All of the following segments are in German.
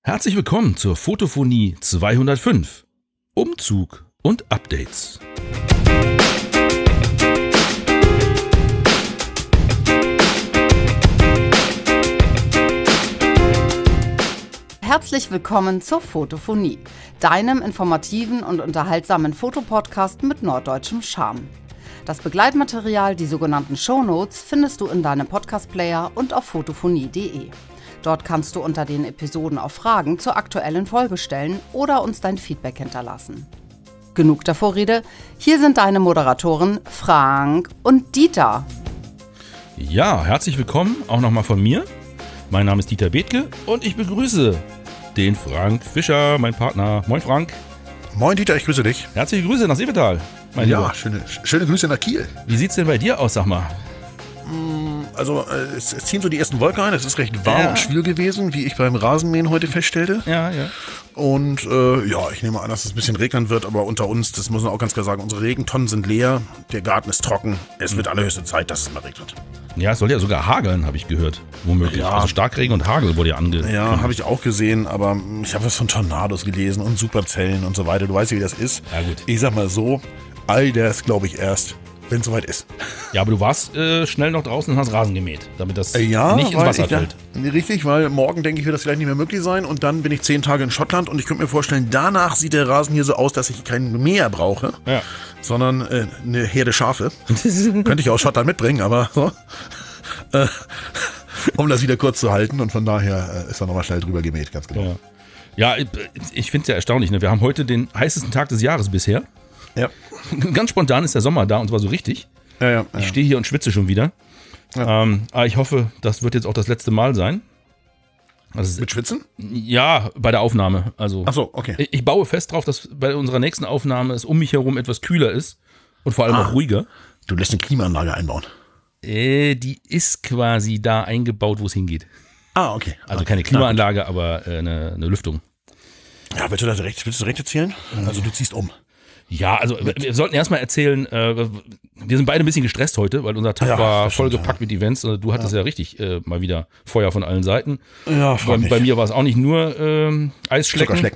Herzlich willkommen zur Fotophonie 205. Umzug und Updates. Herzlich willkommen zur Fotophonie, deinem informativen und unterhaltsamen Fotopodcast mit norddeutschem Charme. Das Begleitmaterial, die sogenannten Shownotes, findest du in deinem Podcast-Player und auf fotophonie.de. Dort kannst du unter den Episoden auch Fragen zur aktuellen Folge stellen oder uns dein Feedback hinterlassen. Genug der Vorrede, hier sind deine Moderatoren Frank und Dieter. Ja, herzlich willkommen auch nochmal von mir. Mein Name ist Dieter Bethke und ich begrüße den Frank Fischer, mein Partner. Moin Frank. Moin Dieter, ich grüße dich. Herzliche Grüße nach Seevetal, mein Lieber. Schöne Grüße nach Kiel. Wie sieht's denn bei dir aus, sag mal? Also es ziehen so die ersten Wolken ein, es ist recht warm und schwül gewesen, wie ich beim Rasenmähen heute feststellte. Ja. Und ich nehme an, dass es ein bisschen regnen wird, aber unter uns, das muss man auch ganz klar sagen, unsere Regentonnen sind leer, der Garten ist trocken, es wird allerhöchste Zeit, dass es mal regnet. Ja, es soll ja sogar hageln, habe ich gehört, womöglich. Ja. Also Starkregen und Hagel wurde ja angekündigt. Ja, habe ich auch gesehen, aber ich habe was von Tornados gelesen und Superzellen und so weiter, du weißt ja, wie das ist. Ja, gut. Ich sag mal so, all das glaube ich erst, wenn es soweit ist. Ja, aber du warst schnell noch draußen und hast Rasen gemäht, damit das nicht ins Wasser fällt. Richtig, weil morgen, denke ich, wird das vielleicht nicht mehr möglich sein und dann bin ich 10 Tage in Schottland und ich könnte mir vorstellen, danach sieht der Rasen hier so aus, dass ich keinen Mäher brauche, sondern eine Herde Schafe. Könnte ich aus Schottland mitbringen, aber so. Um das wieder kurz zu halten und von daher ist er nochmal schnell drüber gemäht, ganz genau. Ja, ich finde es ja erstaunlich, ne? Wir haben heute den heißesten Tag des Jahres bisher. Ja. Ganz spontan ist der Sommer da und zwar so richtig. Ja. Ich stehe hier und schwitze schon wieder. Ja. Aber ich hoffe, das wird jetzt auch das letzte Mal sein. Also mit Schwitzen? Ja, bei der Aufnahme. Also, ach so, okay. Ich baue fest drauf, dass bei unserer nächsten Aufnahme es um mich herum etwas kühler ist und vor allem auch ruhiger. Du lässt eine Klimaanlage einbauen. Die ist quasi da eingebaut, wo es hingeht. Ah, okay. Also keine Klimaanlage, aber eine Lüftung. Ja, willst du direkt erzählen? Also du ziehst um. Ja, also wir sollten erstmal erzählen, wir sind beide ein bisschen gestresst heute, weil unser Tag war vollgepackt mit Events. Du hattest ja richtig mal wieder Feuer von allen Seiten. Ja, bei mir war es auch nicht nur Eisschlecken. Zuckerschlecken.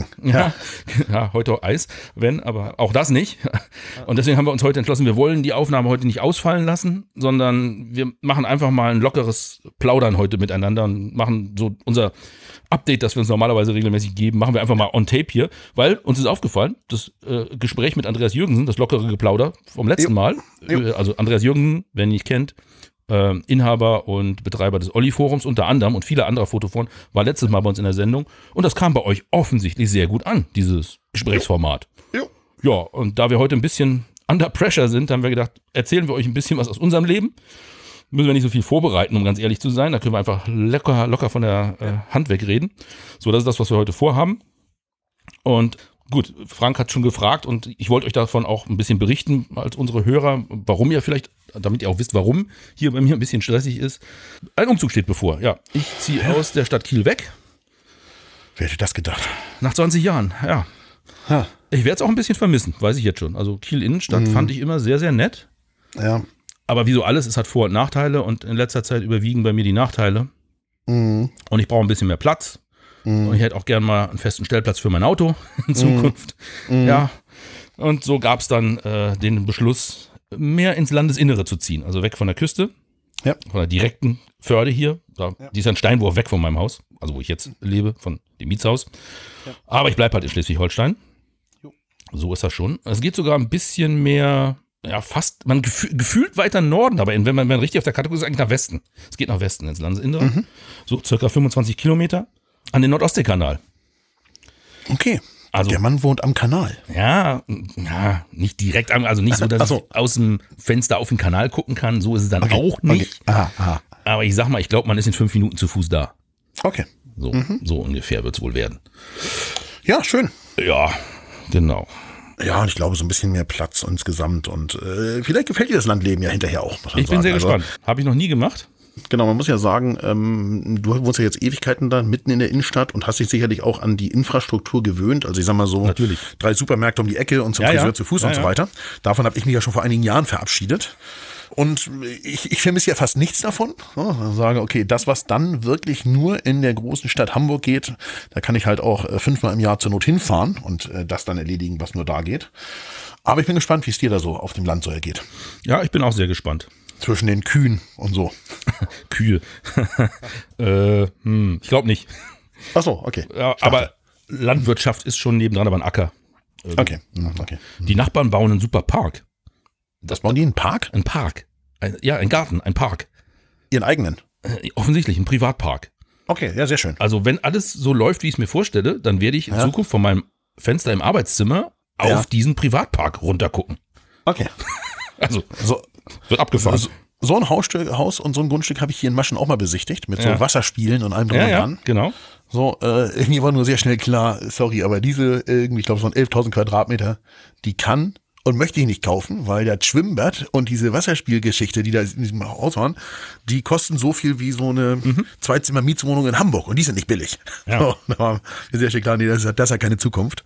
Ja, heute auch Eis, aber auch das nicht. Und deswegen haben wir uns heute entschlossen, wir wollen die Aufnahme heute nicht ausfallen lassen, sondern wir machen einfach mal ein lockeres Plaudern heute miteinander und machen so unser Update, das wir uns normalerweise regelmäßig geben, machen wir einfach mal on tape hier, weil uns ist aufgefallen, das Gespräch mit Andreas Jürgensen, das lockere Geplauder vom letzten Mal, also Andreas Jürgensen, wer ihn nicht kennt, Inhaber und Betreiber des Olli-Forums unter anderem und viele andere Fotoforen, war letztes Mal bei uns in der Sendung und das kam bei euch offensichtlich sehr gut an, dieses Gesprächsformat. Ja, und da wir heute ein bisschen under pressure sind, haben wir gedacht, erzählen wir euch ein bisschen was aus unserem Leben. Müssen wir nicht so viel vorbereiten, um ganz ehrlich zu sein. Da können wir einfach locker von der Hand wegreden. So, das ist das, was wir heute vorhaben. Und gut, Frank hat schon gefragt und ich wollte euch davon auch ein bisschen berichten als unsere Hörer, warum ihr vielleicht, damit ihr auch wisst, warum hier bei mir ein bisschen stressig ist. Ein Umzug steht bevor. Ja, ich ziehe aus der Stadt Kiel weg. Wer hätte das gedacht? Nach 20 Jahren, ja. Ich werde es auch ein bisschen vermissen, weiß ich jetzt schon. Also Kiel Innenstadt fand ich immer sehr, sehr nett. Ja. Aber wie so alles, es hat Vor- und Nachteile und in letzter Zeit überwiegen bei mir die Nachteile. Und ich brauche ein bisschen mehr Platz. Und ich hätte auch gern mal einen festen Stellplatz für mein Auto in Zukunft. Ja. Und so gab es dann den Beschluss, mehr ins Landesinnere zu ziehen. Also weg von der Küste, von der direkten Förde hier. Die ist ein Steinwurf weg von meinem Haus, also wo ich jetzt lebe, von dem Mietshaus. Aber ich bleibe halt in Schleswig-Holstein. So ist das schon. Es geht sogar ein bisschen mehr... Ja, fast, man gefühlt weiter Norden, aber wenn man richtig auf der Karte guckt, ist es eigentlich nach Westen. Es geht nach Westen ins Landesinnere. So circa 25 Kilometer an den Nordostseekanal. Okay. Also, der Mann wohnt am Kanal. Ja, nicht direkt, also nicht so, dass ich aus dem Fenster auf den Kanal gucken kann. So ist es dann auch nicht. Okay. Aber ich sag mal, ich glaube, man ist in 5 Minuten zu Fuß da. Okay. So ungefähr wird es wohl werden. Ja, schön. Ja, genau. Ja, und ich glaube, so ein bisschen mehr Platz insgesamt und vielleicht gefällt dir das Landleben ja hinterher auch. Ich bin sehr gespannt. Habe ich noch nie gemacht. Genau, man muss ja sagen, du wohnst ja jetzt Ewigkeiten da mitten in der Innenstadt und hast dich sicherlich auch an die Infrastruktur gewöhnt. Also ich sag mal so, natürlich 3 Supermärkte um die Ecke und zum Friseur zu Fuß und so weiter. Davon habe ich mich ja schon vor einigen Jahren verabschiedet. Und ich vermisse ja fast nichts davon. Ja, sage, okay, das, was dann wirklich nur in der großen Stadt Hamburg geht, da kann ich halt auch 5-mal im Jahr zur Not hinfahren und das dann erledigen, was nur da geht. Aber ich bin gespannt, wie es dir da so auf dem Land so ergeht. Ja, ich bin auch sehr gespannt. Zwischen den Kühen und so. Kühe. Ich glaube nicht. Ach so, okay. Ja, aber Landwirtschaft ist schon nebendran, aber ein Acker. Okay. Die Nachbarn bauen einen super Park. Was bauen die? Einen Park? Ein Park. Ein Garten, ein Park. Ihren eigenen? Offensichtlich, ein Privatpark. Okay, ja, sehr schön. Also wenn alles so läuft, wie ich es mir vorstelle, dann werde ich in Zukunft von meinem Fenster im Arbeitszimmer auf diesen Privatpark runtergucken. Okay. Also, wird abgefahren. So ein Haus und so ein Grundstück habe ich hier in Maschen auch mal besichtigt, mit so Wasserspielen und allem drum und dran. Genau. So, irgendwie war nur sehr schnell klar, sorry, aber diese irgendwie, ich glaube, so 11.000 Quadratmeter, die kann und möchte ich nicht kaufen, weil das Schwimmbad und diese Wasserspielgeschichte, die da in diesem Haus waren, die kosten so viel wie so eine Zweizimmer-Mietswohnung in Hamburg und die sind nicht billig. Ja. So, da war mir sehr schnell klar, nee, das hat keine Zukunft.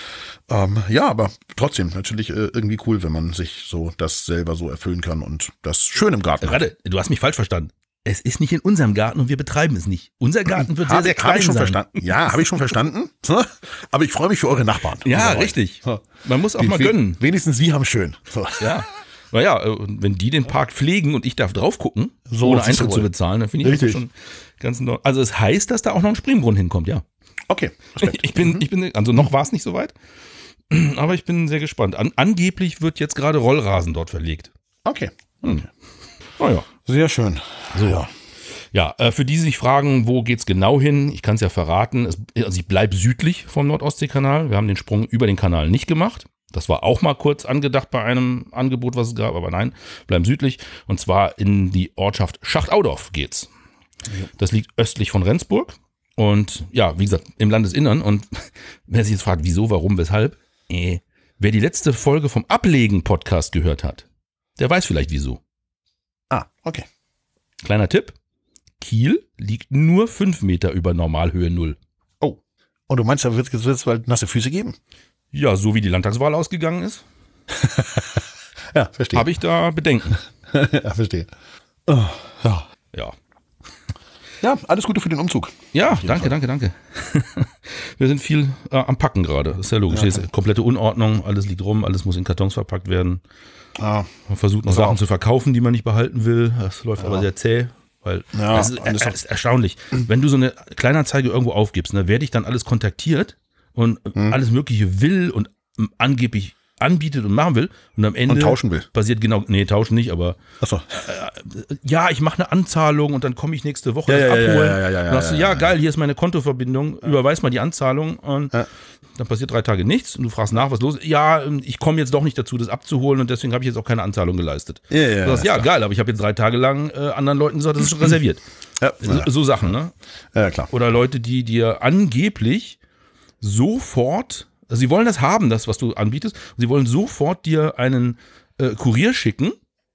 Ja, aber trotzdem natürlich irgendwie cool, wenn man sich so das selber so erfüllen kann und das schön im Garten hat. Warte, du hast mich falsch verstanden. Es ist nicht in unserem Garten und wir betreiben es nicht. Unser Garten wird sehr, sehr klein Hab ich schon sein. verstanden. Ja, habe ich schon verstanden. Aber ich freue mich für eure Nachbarn. Ja, richtig. Man muss auch mal gönnen. Wenigstens sie haben schön. So. Ja. Naja, wenn die den Park pflegen und ich darf drauf gucken, So, ohne das ist Eintritt wohl. zu bezahlen, dann finde ich das schon ganz neu. Also es heißt, dass da auch noch ein Springbrunnen hinkommt, ja. Okay. Ich bin, also noch war es nicht so weit, aber ich bin sehr gespannt. Angeblich wird jetzt gerade Rollrasen dort verlegt. Okay. Naja. Sehr schön. So. Ja, für die sich fragen, wo geht's genau hin? Ich kann es ja verraten. Also ich bleibe südlich vom Nord-Ostsee-Kanal. Wir haben den Sprung über den Kanal nicht gemacht. Das war auch mal kurz angedacht bei einem Angebot, was es gab, aber nein, bleiben südlich. Und zwar in die Ortschaft Schacht-Audorf geht's. Das liegt östlich von Rendsburg. Und ja, wie gesagt, im Landesinnern. Und wer sich jetzt fragt, wieso, warum, weshalb, wer die letzte Folge vom Ablegen-Podcast gehört hat, der weiß vielleicht wieso. Ah, okay. Kleiner Tipp. Kiel liegt nur 5 Meter über Normalhöhe 0. Oh. Und du meinst, da wird es bald nasse Füße geben? Ja, so wie die Landtagswahl ausgegangen ist, Ja, verstehe. habe ich da Bedenken. Ja, verstehe. Oh, ja. Ja. Ja, alles Gute für den Umzug. Ja, danke. Wir sind viel am Packen gerade. Das ist ja logisch. Hier ist komplette Unordnung, alles liegt rum, alles muss in Kartons verpackt werden. Ah, Man versucht noch Sachen zu verkaufen, die man nicht behalten will. Das läuft aber sehr zäh. Weil das ist erstaunlich. Wenn du so eine Kleinanzeige irgendwo aufgibst, ne, wer dich dann alles kontaktiert und alles Mögliche will und angeblich anbietet und machen will und am Ende tauschen will. Passiert genau, nee, tauschen nicht, aber achso. Ja, ich mache eine Anzahlung und dann komme ich nächste Woche das abholen. Dann sagst du, geil, hier ist meine Kontoverbindung, überweis mal die Anzahlung und dann passiert 3 Tage nichts und du fragst nach, was los ist. Ja, ich komme jetzt doch nicht dazu, das abzuholen und deswegen habe ich jetzt auch keine Anzahlung geleistet. Du sagst, geil, aber ich habe jetzt 3 Tage lang anderen Leuten gesagt, das ist schon reserviert. So Sachen, ne? Ja, klar. Oder Leute, die dir angeblich sofort, also sie wollen das haben, das, was du anbietest, und sie wollen sofort dir einen Kurier schicken,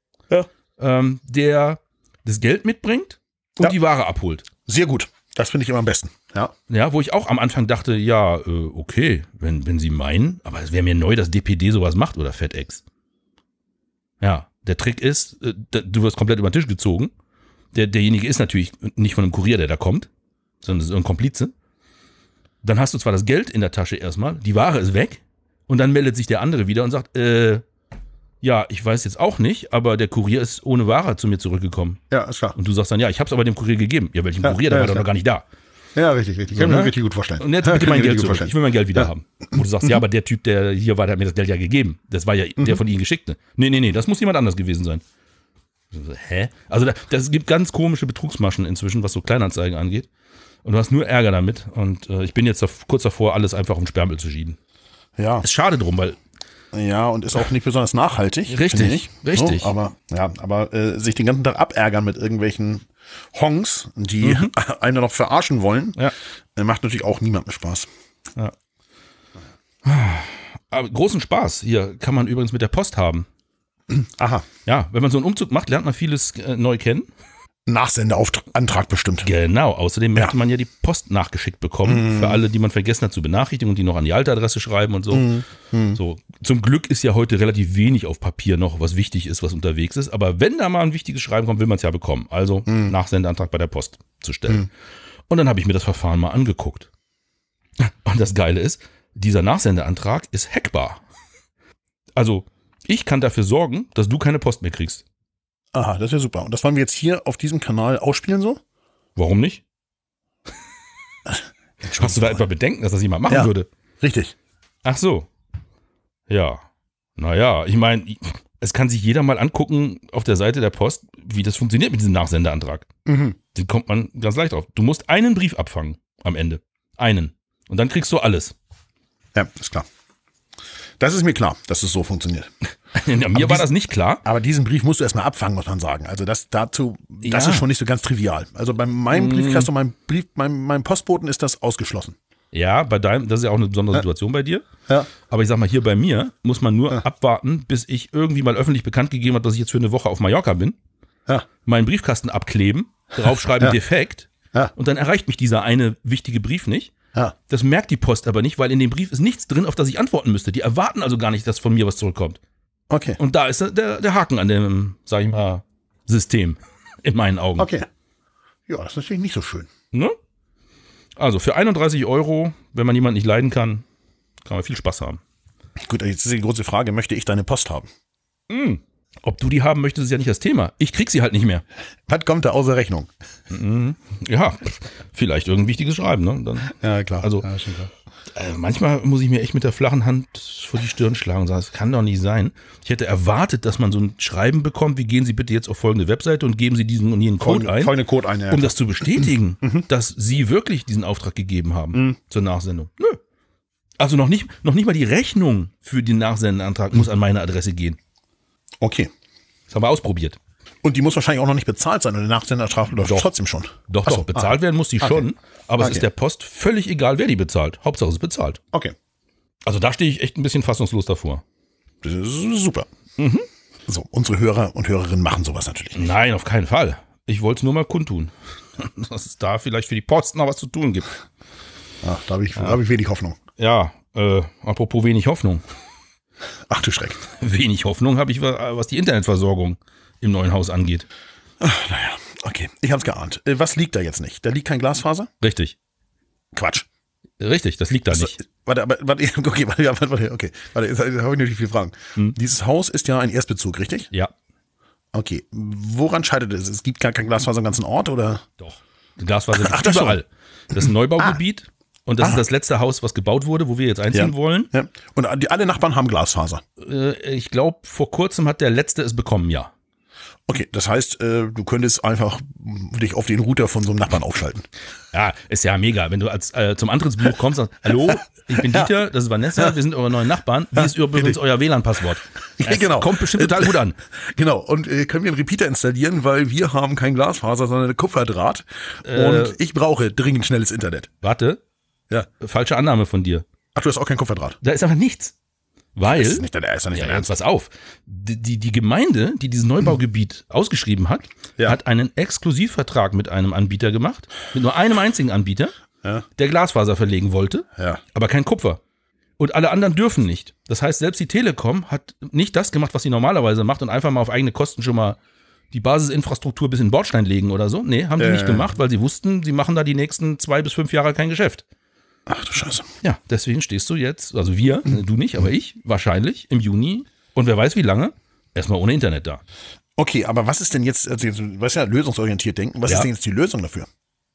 der das Geld mitbringt und die Ware abholt. Sehr gut. Das finde ich immer am besten. Ja, wo ich auch am Anfang dachte, ja, okay, wenn sie meinen, aber es wäre mir neu, dass DPD sowas macht oder FedEx. Ja, der Trick ist, du wirst komplett über den Tisch gezogen. Derjenige ist natürlich nicht von einem Kurier, der da kommt, sondern das ist ein Komplize. Dann hast du zwar das Geld in der Tasche erstmal, die Ware ist weg und dann meldet sich der andere wieder und sagt, ja, ich weiß jetzt auch nicht, aber der Kurier ist ohne Ware zu mir zurückgekommen. Ja, ist klar. Und du sagst dann, ja, ich habe es aber dem Kurier gegeben. Ja, welchen Kurier, der war doch noch gar nicht da. Ja, richtig. Ich kann mir richtig gut vorstellen. Und jetzt bitte mein Geld zurück. Ich will mein Geld wieder haben. Und du sagst, ja, aber der Typ, der hier war, der hat mir das Geld ja gegeben. Das war ja der von Ihnen geschickte. Nee, das muss jemand anders gewesen sein. Hä? Also das gibt ganz komische Betrugsmaschen inzwischen, was so Kleinanzeigen angeht. Und du hast nur Ärger damit. Und ich bin jetzt kurz davor, alles einfach auf den Sperrmüll zu schieben. Ja. Ist schade drum, weil... Ja, und ist auch nicht besonders nachhaltig. Richtig. So, aber sich den ganzen Tag abärgern mit irgendwelchen Honks, die einen noch verarschen wollen, macht natürlich auch niemandem Spaß. Ja. Aber großen Spaß hier kann man übrigens mit der Post haben. Aha. Ja, wenn man so einen Umzug macht, lernt man vieles neu kennen. Nachsendeantrag bestimmt. Genau, außerdem möchte man ja die Post nachgeschickt bekommen, für alle, die man vergessen hat zu benachrichtigen und die noch an die alte Adresse schreiben und so. So. Zum Glück ist ja heute relativ wenig auf Papier noch, was wichtig ist, was unterwegs ist, aber wenn da mal ein wichtiges Schreiben kommt, will man es ja bekommen. Also Nachsendeantrag bei der Post zu stellen. Und dann habe ich mir das Verfahren mal angeguckt. Und das Geile ist, dieser Nachsendeantrag ist hackbar. Also ich kann dafür sorgen, dass du keine Post mehr kriegst. Aha, das ist ja super. Und das wollen wir jetzt hier auf diesem Kanal ausspielen so? Warum nicht? Hast du da etwa Bedenken, dass das jemand machen würde? Richtig. Ach so. Ja. Naja, ich meine, es kann sich jeder mal angucken auf der Seite der Post, wie das funktioniert mit diesem Nachsendeantrag. Den kommt man ganz leicht drauf. Du musst einen Brief abfangen am Ende. Einen. Und dann kriegst du alles. Ja, ist klar. Das ist mir klar, dass es so funktioniert. Ja, mir war das nicht klar. Aber diesen Brief musst du erstmal abfangen, muss man sagen. Also das ist schon nicht so ganz trivial. Also bei meinem Briefkasten und meinem Postboten ist das ausgeschlossen. Ja, bei deinem, das ist ja auch eine besondere Situation bei dir. Ja. Aber ich sag mal, hier bei mir muss man nur abwarten, bis ich irgendwie mal öffentlich bekannt gegeben habe, dass ich jetzt für eine Woche auf Mallorca bin. Ja. Meinen Briefkasten abkleben, draufschreiben defekt. Ja. Und dann erreicht mich dieser eine wichtige Brief nicht. Ja. Das merkt die Post aber nicht, weil in dem Brief ist nichts drin, auf das ich antworten müsste. Die erwarten also gar nicht, dass von mir was zurückkommt. Okay. Und da ist der Haken an dem, sag ich mal, System. In meinen Augen. Okay. Ja, das ist natürlich nicht so schön. Ne? Also für 31 €, wenn man jemanden nicht leiden kann man viel Spaß haben. Gut, jetzt ist die große Frage, möchte ich deine Post haben? Ob du die haben möchtest, ist ja nicht das Thema. Ich krieg sie halt nicht mehr. Was kommt da außer Rechnung? Ja, vielleicht irgendein wichtiges Schreiben. Ne? Dann, Ja, klar. Also, ja, schon klar. Manchmal muss ich mir echt mit der flachen Hand vor die Stirn schlagen und sagen, das kann doch nicht sein. Ich hätte erwartet, dass man so ein Schreiben bekommt, wie gehen Sie bitte jetzt auf folgende Webseite und geben Sie diesen und jenen Code ein, Folgende Code ein, ja, um das zu bestätigen, dass Sie wirklich diesen Auftrag gegeben haben zur Nachsendung. Nö. Also noch nicht mal die Rechnung für den Nachsendeantrag muss an meine Adresse gehen. Okay. Das haben wir ausprobiert. Und die muss wahrscheinlich auch noch nicht bezahlt sein und der Nachsenderantrag läuft trotzdem schon. Doch, bezahlt werden muss die schon, aber es ist der Post völlig egal, wer die bezahlt. Hauptsache es ist bezahlt. Okay. Also da stehe ich echt ein bisschen fassungslos davor. Das ist super. So, unsere Hörer und Hörerinnen machen sowas natürlich nicht. Nein, auf keinen Fall. Ich wollte es nur mal kundtun, dass es da vielleicht für die Post noch was zu tun gibt. Ach, da habe ich wenig Hoffnung. Ja, apropos wenig Hoffnung. Ach du Schreck. Wenig Hoffnung habe ich, was die Internetversorgung im neuen Haus angeht. Ach, naja, okay. Ich habe es geahnt. Was liegt da jetzt nicht? Da liegt kein Glasfaser? Richtig. Quatsch. Richtig, das liegt da nicht. Warte, okay. Warte, jetzt habe ich natürlich viele Fragen. Dieses Haus ist ja ein Erstbezug, richtig? Ja. Okay. Woran scheitert es? Es gibt gar kein Glasfaser im ganzen Ort, oder? Doch. Glasfaser gibt es überall. Das ist ein Neubaugebiet. Und das ist das letzte Haus, was gebaut wurde, wo wir jetzt einziehen wollen. Ja. Und alle Nachbarn haben Glasfaser. Ich glaube, vor kurzem hat der letzte es bekommen, ja. Okay, das heißt, du könntest einfach dich auf den Router von so einem Nachbarn aufschalten. Ja, ist ja mega. Wenn du zum Antrittsbuch kommst und sagst, hallo, ich bin Dieter, das ist Vanessa, wir sind eure neuen Nachbarn. Wie ist übrigens euer WLAN-Passwort? Genau. Kommt bestimmt total gut an. Genau, und können wir einen Repeater installieren, weil wir haben kein Glasfaser, sondern eine Kupferdraht. Und ich brauche dringend schnelles Internet. Warte. Ja. Falsche Annahme von dir. Ach, du hast auch kein Kupferdraht. Da ist einfach nichts. Weil, Das ist nicht dein Ernst. jetzt pass auf, die Gemeinde, die dieses Neubaugebiet ausgeschrieben hat, hat einen Exklusivvertrag mit einem Anbieter gemacht, mit nur einem einzigen Anbieter, der Glasfaser verlegen wollte, aber kein Kupfer. Und alle anderen dürfen nicht. Das heißt, selbst die Telekom hat nicht das gemacht, was sie normalerweise macht und einfach mal auf eigene Kosten schon mal die Basisinfrastruktur bis in den Bordstein legen oder so. Nee, haben die nicht gemacht, weil sie wussten, sie machen da die nächsten 2 bis 5 Jahre kein Geschäft. Ach du Scheiße. Ja, deswegen stehst du jetzt, also wir, du nicht, aber ich, wahrscheinlich im Juni und wer weiß wie lange, erstmal ohne Internet da. Okay, aber was ist denn jetzt, also du weißt ja, lösungsorientiert denken, was ist denn jetzt die Lösung dafür?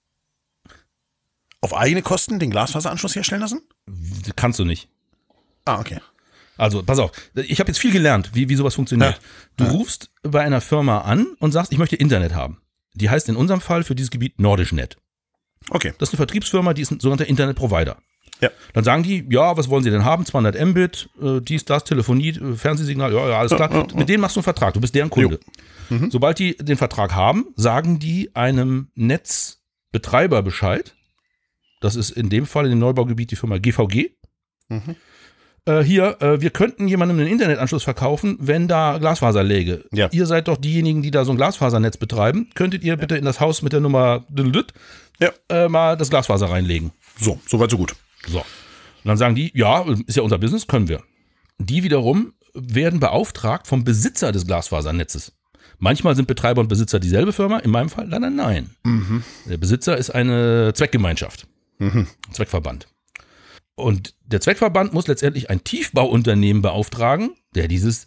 Auf eigene Kosten den Glasfaseranschluss herstellen lassen? Kannst du nicht. Ah, okay. Also, pass auf, ich habe jetzt viel gelernt, wie sowas funktioniert. Du rufst bei einer Firma an und sagst, ich möchte Internet haben. Die heißt in unserem Fall für dieses Gebiet NordicNet. Okay. Das ist eine Vertriebsfirma, die ist ein sogenannter Internetprovider. Ja. Dann sagen die, ja, was wollen sie denn haben? 200 Mbit, dies, das, Telefonie, Fernsehsignal, ja, alles klar. Mit denen machst du einen Vertrag, du bist deren Kunde. Sobald die den Vertrag haben, sagen die einem Netzbetreiber Bescheid. Das ist in dem Fall in dem Neubaugebiet die Firma GVG. wir könnten jemandem einen Internetanschluss verkaufen, wenn da Glasfaser läge. Ja. Ihr seid doch diejenigen, die da so ein Glasfasernetz betreiben. Könntet ihr bitte in das Haus mit der Nummer mal das Glasfaser reinlegen? So, soweit so gut. So. Und dann sagen die, ja, ist ja unser Business, können wir. Die wiederum werden beauftragt vom Besitzer des Glasfasernetzes. Manchmal sind Betreiber und Besitzer dieselbe Firma, in meinem Fall leider nein. Der Besitzer ist eine Zweckgemeinschaft, Zweckverband. Und der Zweckverband muss letztendlich ein Tiefbauunternehmen beauftragen, der dieses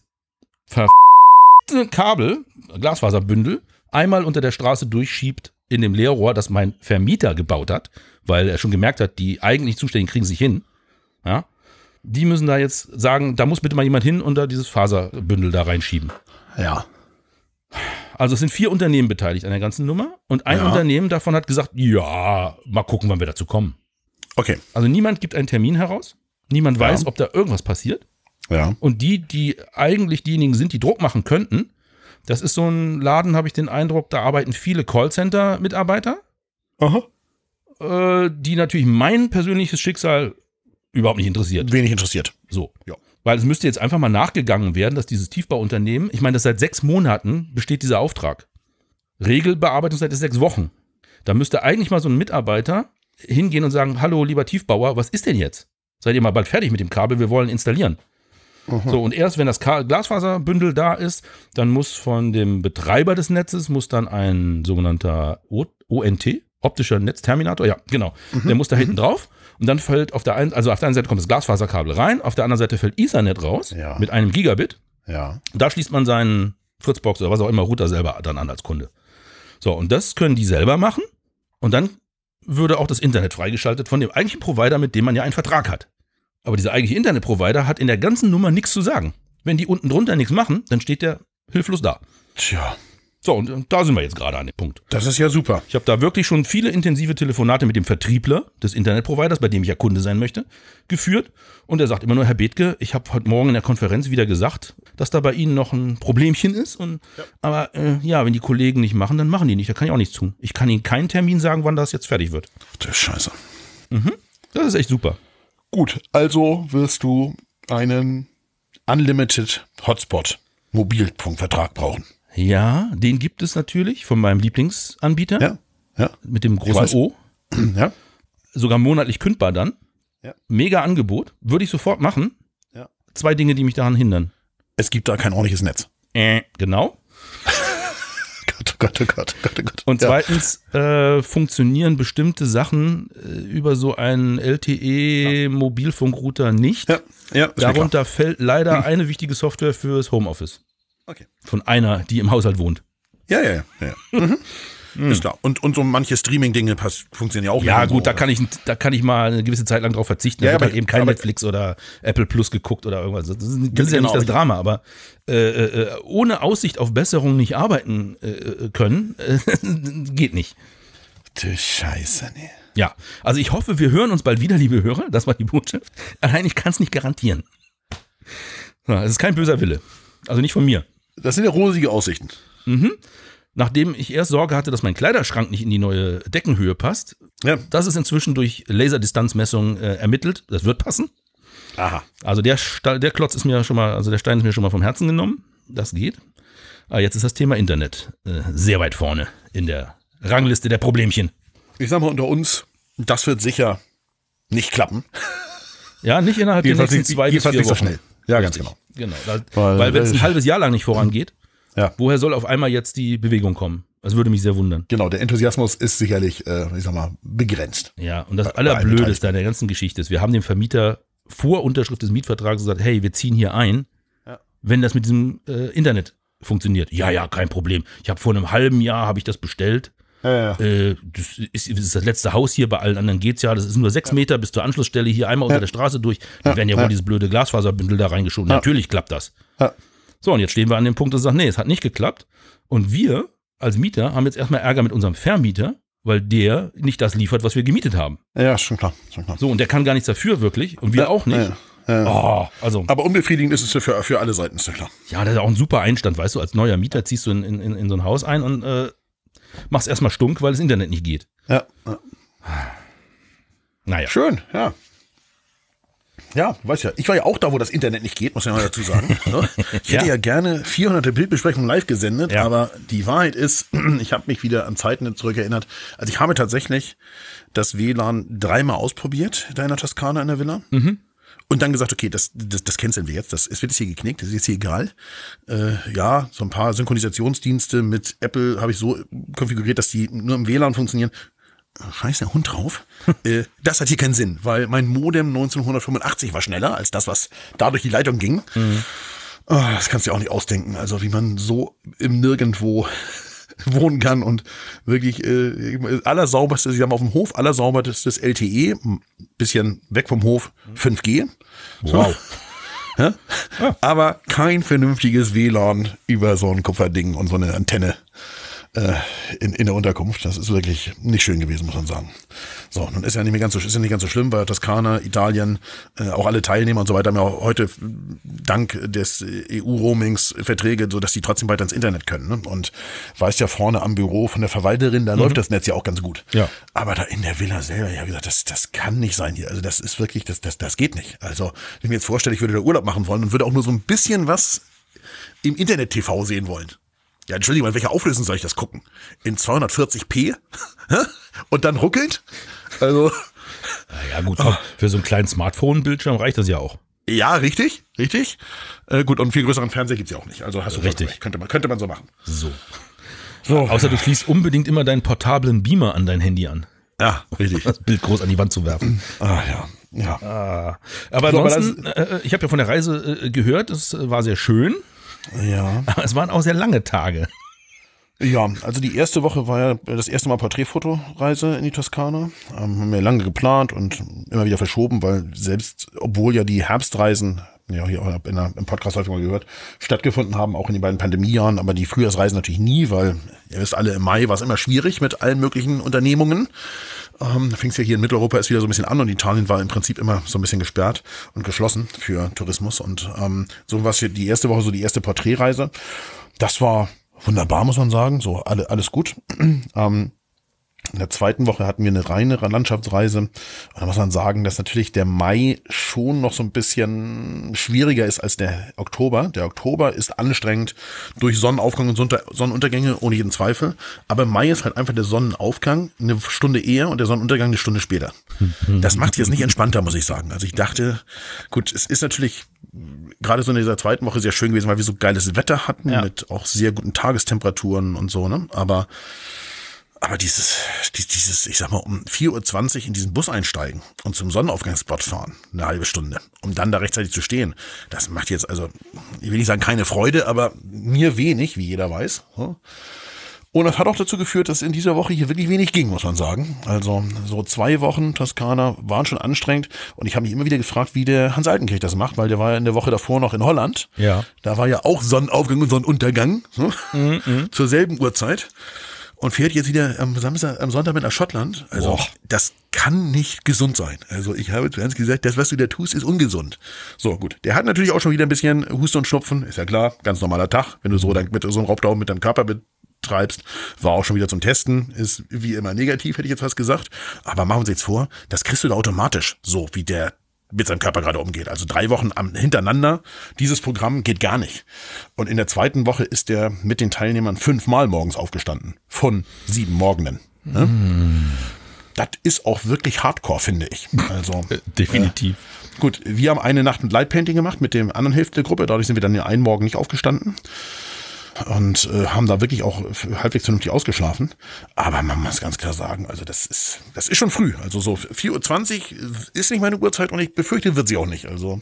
Kabel, Glasfaserbündel, einmal unter der Straße durchschiebt in dem Leerrohr, das mein Vermieter gebaut hat, weil er schon gemerkt hat, die eigentlich Zuständigen kriegen sich hin. Ja? Die müssen da jetzt sagen, da muss bitte mal jemand hin und da dieses Faserbündel da reinschieben. Ja. Also es sind 4 Unternehmen beteiligt an der ganzen Nummer und ein Unternehmen davon hat gesagt, ja, mal gucken, wann wir dazu kommen. Okay. Also niemand gibt einen Termin heraus, niemand weiß, ob da irgendwas passiert. Ja. Und die eigentlich diejenigen sind, die Druck machen könnten, das ist so ein Laden, habe ich den Eindruck, da arbeiten viele Callcenter-Mitarbeiter, die natürlich mein persönliches Schicksal überhaupt nicht interessiert. Wenig interessiert. So. Ja. Weil es müsste jetzt einfach mal nachgegangen werden, dass dieses Tiefbauunternehmen, ich meine, das seit 6 Monaten besteht dieser Auftrag. Regelbearbeitungszeit ist 6 Wochen. Da müsste eigentlich mal so ein Mitarbeiter hingehen und sagen, hallo, lieber Tiefbauer, was ist denn jetzt? Seid ihr mal bald fertig mit dem Kabel, wir wollen installieren. So, und erst wenn das Glasfaserbündel da ist, dann muss von dem Betreiber des Netzes, muss dann ein sogenannter ONT, optischer Netzterminator, ja, genau, der muss da hinten drauf und dann fällt auf der einen Seite kommt das Glasfaserkabel rein, auf der anderen Seite fällt Ethernet raus mit 1 Gigabit. Ja. Und da schließt man seinen Fritzbox oder was auch immer Router selber dann an als Kunde. So, und das können die selber machen und dann würde auch das Internet freigeschaltet von dem eigentlichen Provider, mit dem man ja einen Vertrag hat. Aber dieser eigentliche Internetprovider hat in der ganzen Nummer nichts zu sagen. Wenn die unten drunter nichts machen, dann steht der hilflos da. Tja. So, und da sind wir jetzt gerade an dem Punkt. Das ist ja super. Ich habe da wirklich schon viele intensive Telefonate mit dem Vertriebler des Internetproviders, bei dem ich ja Kunde sein möchte, geführt. Und er sagt immer nur, Herr Bethke, ich habe heute Morgen in der Konferenz wieder gesagt, dass da bei Ihnen noch ein Problemchen ist. Aber wenn die Kollegen nicht machen, dann machen die nicht. Da kann ich auch nichts tun. Ich kann Ihnen keinen Termin sagen, wann das jetzt fertig wird. Das ist scheiße. Das ist echt super. Gut, also wirst du einen Unlimited Hotspot Mobilfunkvertrag brauchen. Ja, den gibt es natürlich von meinem Lieblingsanbieter. Ja. Mit dem großen O. Ja. Sogar monatlich kündbar dann. Ja. Mega Angebot. Würde ich sofort machen. Ja. 2 Dinge, die mich daran hindern. Es gibt da kein ordentliches Netz. Genau. Gott. Und zweitens funktionieren bestimmte Sachen über so einen LTE-Mobilfunkrouter nicht. Ja, Darunter fällt leider eine wichtige Software fürs Homeoffice. Okay. Von einer, die im Haushalt wohnt. Ja. Ist klar. Und so manche Streaming-Dinge funktionieren ja auch nicht. Ja, so, gut, da kann ich mal eine gewisse Zeit lang drauf verzichten. Da wird halt eben kein Netflix oder Apple Plus geguckt oder irgendwas. Das ist ja nicht das Drama, aber ohne Aussicht auf Besserung nicht arbeiten können, geht nicht. Du Scheiße, nee. Ja, also ich hoffe, wir hören uns bald wieder, liebe Hörer. Das war die Botschaft. Allein ich kann es nicht garantieren. Es ist kein böser Wille. Also nicht von mir. Das sind ja rosige Aussichten. Nachdem ich erst Sorge hatte, dass mein Kleiderschrank nicht in die neue Deckenhöhe passt, das ist inzwischen durch Laserdistanzmessung ermittelt. Das wird passen. Aha. Also der Klotz ist mir schon mal, also der Stein ist mir schon mal vom Herzen genommen. Das geht. Aber jetzt ist das Thema Internet sehr weit vorne in der Rangliste der Problemchen. Ich sag mal unter uns, das wird sicher nicht klappen. Ja, nicht innerhalb der nächsten 2 bis 4 Wochen. So schnell. Ja, Richtig. ganz genau. Genau. Weil wenn es ein halbes Jahr lang nicht vorangeht, woher soll auf einmal jetzt die Bewegung kommen? Das würde mich sehr wundern. Genau, der Enthusiasmus ist sicherlich, begrenzt. Ja, und das Allerblödeste an der ganzen Geschichte ist, wir haben dem Vermieter vor Unterschrift des Mietvertrags gesagt, hey, wir ziehen hier ein, wenn das mit diesem Internet funktioniert. Ja, kein Problem. Ich habe vor einem halben Jahr habe ich das bestellt. Das ist das letzte Haus hier, bei allen anderen geht's ja. Das ist nur 6 Meter bis zur Anschlussstelle hier einmal unter der Straße durch. Dann werden ja wohl dieses blöde Glasfaserbündel da reingeschoben. Natürlich klappt das. So, und jetzt stehen wir an dem Punkt, dass wir sagen, nee, es hat nicht geklappt. Und wir als Mieter haben jetzt erstmal Ärger mit unserem Vermieter, weil der nicht das liefert, was wir gemietet haben. Ja, schon klar. So, und der kann gar nichts dafür, wirklich. Und wir auch nicht. Aber unbefriedigend ist es für alle Seiten, ist ja klar. Ja, das ist auch ein super Einstand, weißt du, als neuer Mieter ziehst du in so ein Haus ein und machst erstmal stunk, weil das Internet nicht geht. Ja. Naja. Schön, ja. Ja, weiß ja. Ich war ja auch da, wo das Internet nicht geht, muss ich mal dazu sagen. Ich hätte ja gerne 400er Bildbesprechungen live gesendet, aber die Wahrheit ist, ich habe mich wieder an Zeiten zurückerinnert. Also ich habe tatsächlich das WLAN 3-mal ausprobiert, da in der Toskana in der Villa. Und dann gesagt, okay, das canceln wir jetzt. Es wird jetzt hier geknickt, das ist jetzt hier egal. Ja, so ein paar Synchronisationsdienste mit Apple habe ich so konfiguriert, dass die nur im WLAN funktionieren. Scheiße, der Hund drauf. Das hat hier keinen Sinn, weil mein Modem 1985 war schneller als das, was da durch die Leitung ging. Das kannst du dir auch nicht ausdenken. Also wie man so im Nirgendwo wohnen kann und wirklich allersauberstes, sie haben auf dem Hof allersauberstes LTE, bisschen weg vom Hof 5G. Wow. Ja? Aber kein vernünftiges WLAN über so ein Kupferding und so eine Antenne in der Unterkunft. Das ist wirklich nicht schön gewesen, muss man sagen. So, nun ist ja nicht ganz so schlimm, weil Toskana, Italien, auch alle Teilnehmer und so weiter haben ja heute dank des EU-Roamings Verträge, so dass die trotzdem weiter ins Internet können. Ne? Und weißt ja, vorne am Büro von der Verwalterin, da läuft das Netz ja auch ganz gut. Ja. Aber da in der Villa selber, ja, wie gesagt, das kann nicht sein hier. Also das ist wirklich, das geht nicht. Also wenn ich mir jetzt vorstelle, ich würde da Urlaub machen wollen und würde auch nur so ein bisschen was im Internet-TV sehen wollen. Ja, Entschuldigung, in welcher Auflösung soll ich das gucken? In 240p? Und dann ruckelt? Also. Ja gut, für so einen kleinen Smartphone-Bildschirm reicht das ja auch. Ja, richtig. Gut, und einen viel größeren Fernseher gibt's ja auch nicht. Also hast du richtig. Könnte man so machen. So. Außer du schließt unbedingt immer deinen portablen Beamer an dein Handy an. Ja, richtig. Das Bild groß an die Wand zu werfen. Ja. Aber ansonsten, ich habe ja von der Reise gehört, es war sehr schön. Ja. Aber es waren auch sehr lange Tage. Ja, also die erste Woche war ja das erste Mal Porträtfotoreise in die Toskana. Haben wir lange geplant und immer wieder verschoben, weil selbst, obwohl ja die Herbstreisen, ja hier auch im Podcast häufig mal gehört, stattgefunden haben, auch in den beiden Pandemiejahren, aber die Frühjahrsreisen natürlich nie, weil ihr wisst alle, im Mai war es immer schwierig mit allen möglichen Unternehmungen. Da fing es ja hier in Mitteleuropa erst wieder so ein bisschen an und Italien war im Prinzip immer so ein bisschen gesperrt und geschlossen für Tourismus und so war es hier die erste Woche, so die erste Porträtreise. Das war wunderbar, muss man sagen, so alles gut. In der zweiten Woche hatten wir eine reine Landschaftsreise. Und da muss man sagen, dass natürlich der Mai schon noch so ein bisschen schwieriger ist als der Oktober. Der Oktober ist anstrengend durch Sonnenaufgang und Sonnenuntergänge, ohne jeden Zweifel. Aber Mai ist halt einfach der Sonnenaufgang eine Stunde eher und der Sonnenuntergang eine Stunde später. Das macht jetzt nicht entspannter, muss ich sagen. Also ich dachte, gut, es ist natürlich gerade so in dieser zweiten Woche sehr schön gewesen, weil wir so geiles Wetter hatten, mit auch sehr guten Tagestemperaturen und so, ne? Aber dieses, ich sag mal, um 4:20 Uhr in diesen Bus einsteigen und zum Sonnenaufgangsspot fahren, eine halbe Stunde, um dann da rechtzeitig zu stehen, das macht jetzt also, ich will nicht sagen keine Freude, aber mir wenig, wie jeder weiß. Und das hat auch dazu geführt, dass in dieser Woche hier wirklich wenig ging, muss man sagen. Also so 2 Wochen Toskana waren schon anstrengend und ich habe mich immer wieder gefragt, wie der Hans Altenkirch das macht, weil der war ja in der Woche davor noch in Holland. Ja. Da war ja auch Sonnenaufgang und Sonnenuntergang zur selben Uhrzeit. Und fährt jetzt wieder am Sonntag mit nach Schottland. Also das kann nicht gesund sein. Also ich habe zu Ernst gesagt, das, was du da tust, ist ungesund. So, gut. Der hat natürlich auch schon wieder ein bisschen Husten und Schnupfen. Ist ja klar, ganz normaler Tag. Wenn du so mit so einem Raubtauben mit deinem Körper betreibst, war auch schon wieder zum Testen. Ist wie immer negativ, hätte ich jetzt fast gesagt. Aber machen wir uns jetzt vor, das kriegst du da automatisch. So, wie der mit seinem Körper gerade umgeht. Also 3 Wochen hintereinander. Dieses Programm geht gar nicht. Und in der zweiten Woche ist er mit den Teilnehmern 5-mal morgens aufgestanden. Von 7 Morgenen. Ne? Das ist auch wirklich Hardcore, finde ich. Also definitiv. Gut, wir haben eine Nacht ein Lightpainting gemacht mit dem anderen Hälfte der Gruppe. Dadurch sind wir dann einen Morgen nicht aufgestanden. Und haben da wirklich auch halbwegs vernünftig ausgeschlafen. Aber man muss ganz klar sagen, also das ist schon früh. Also so 4:20 Uhr ist nicht meine Uhrzeit und ich befürchte, wird sie auch nicht. Also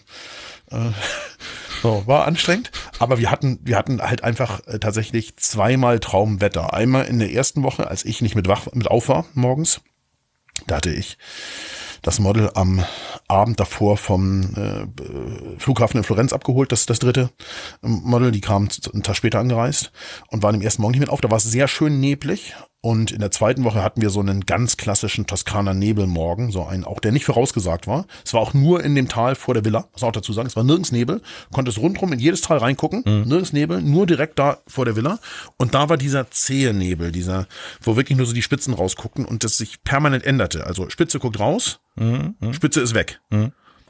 war anstrengend. Aber wir hatten halt einfach tatsächlich 2-mal Traumwetter. Einmal in der ersten Woche, als ich nicht mit auf war morgens. Da hatte ich das Model am Abend davor vom Flughafen in Florenz abgeholt, das dritte Model, die kam einen Tag später angereist und war am ersten Morgen nicht mit auf. Da war es sehr schön neblig und in der zweiten Woche hatten wir so einen ganz klassischen Toskana Nebelmorgen, so einen auch, der nicht vorausgesagt war. Es war auch nur in dem Tal vor der Villa, muss man auch dazu sagen, es war nirgends Nebel, konntest rundrum in jedes Tal reingucken, nirgends Nebel, nur direkt da vor der Villa und da war dieser zähe Nebel, wo wirklich nur so die Spitzen rausguckten und das sich permanent änderte. Also Spitze guckt raus, Spitze ist weg.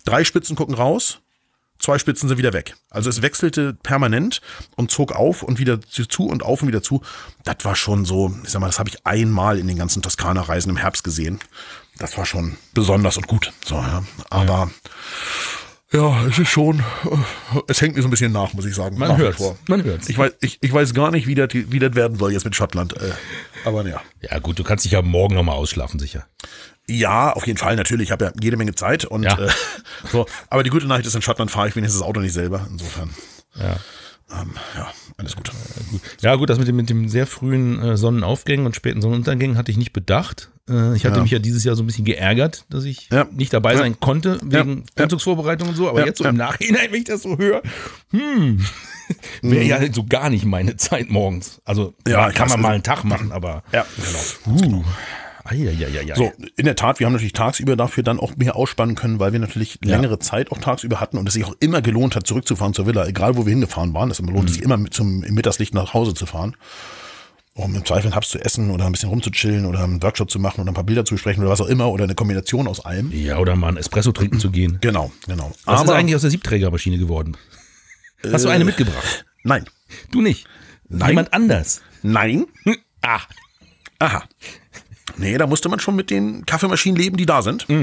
3 Spitzen gucken raus, 2 Spitzen sind wieder weg. Also es wechselte permanent und zog auf und wieder zu und auf und wieder zu. Das war schon so, ich sag mal, das habe ich einmal in den ganzen Toskana-Reisen im Herbst gesehen. Das war schon besonders und gut. So, ja. Aber ja, es ist schon, es hängt mir so ein bisschen nach, muss ich sagen. Man hört's. Ich weiß gar nicht, wie das werden soll jetzt mit Schottland. Aber ja. Ja gut, du kannst dich ja morgen nochmal ausschlafen, sicher. Ja, auf jeden Fall, natürlich. Ich habe ja jede Menge Zeit. Und so. Aber die gute Nachricht ist, in Schottland fahre ich wenigstens das Auto nicht selber. Insofern. Ja. Alles gut. Ja gut, das mit dem sehr frühen Sonnenaufgängen und späten Sonnenuntergängen hatte ich nicht bedacht. Ich hatte mich ja dieses Jahr so ein bisschen geärgert, dass ich nicht dabei sein konnte, wegen Umzugsvorbereitung und so. Aber jetzt so im Nachhinein, wenn ich das so höre, wäre ja so gar nicht meine Zeit morgens. Also kann man mal einen Tag machen, aber genau. Eieieiei. So, in der Tat, wir haben natürlich tagsüber dafür dann auch mehr ausspannen können, weil wir natürlich längere Zeit auch tagsüber hatten und es sich auch immer gelohnt hat, zurückzufahren zur Villa, egal wo wir hingefahren waren. Es lohnt sich immer im Mittagslicht nach Hause zu fahren, um im Zweifel einen Haps zu essen oder ein bisschen rumzuchillen oder einen Workshop zu machen oder ein paar Bilder zu besprechen oder was auch immer oder eine Kombination aus allem. Ja, oder mal einen Espresso trinken zu gehen. Genau. Was ist eigentlich aus der Siebträgermaschine geworden? Hast du eine mitgebracht? Nein. Du nicht? Nein. Jemand anders? Nein. Aha. Nee, da musste man schon mit den Kaffeemaschinen leben, die da sind.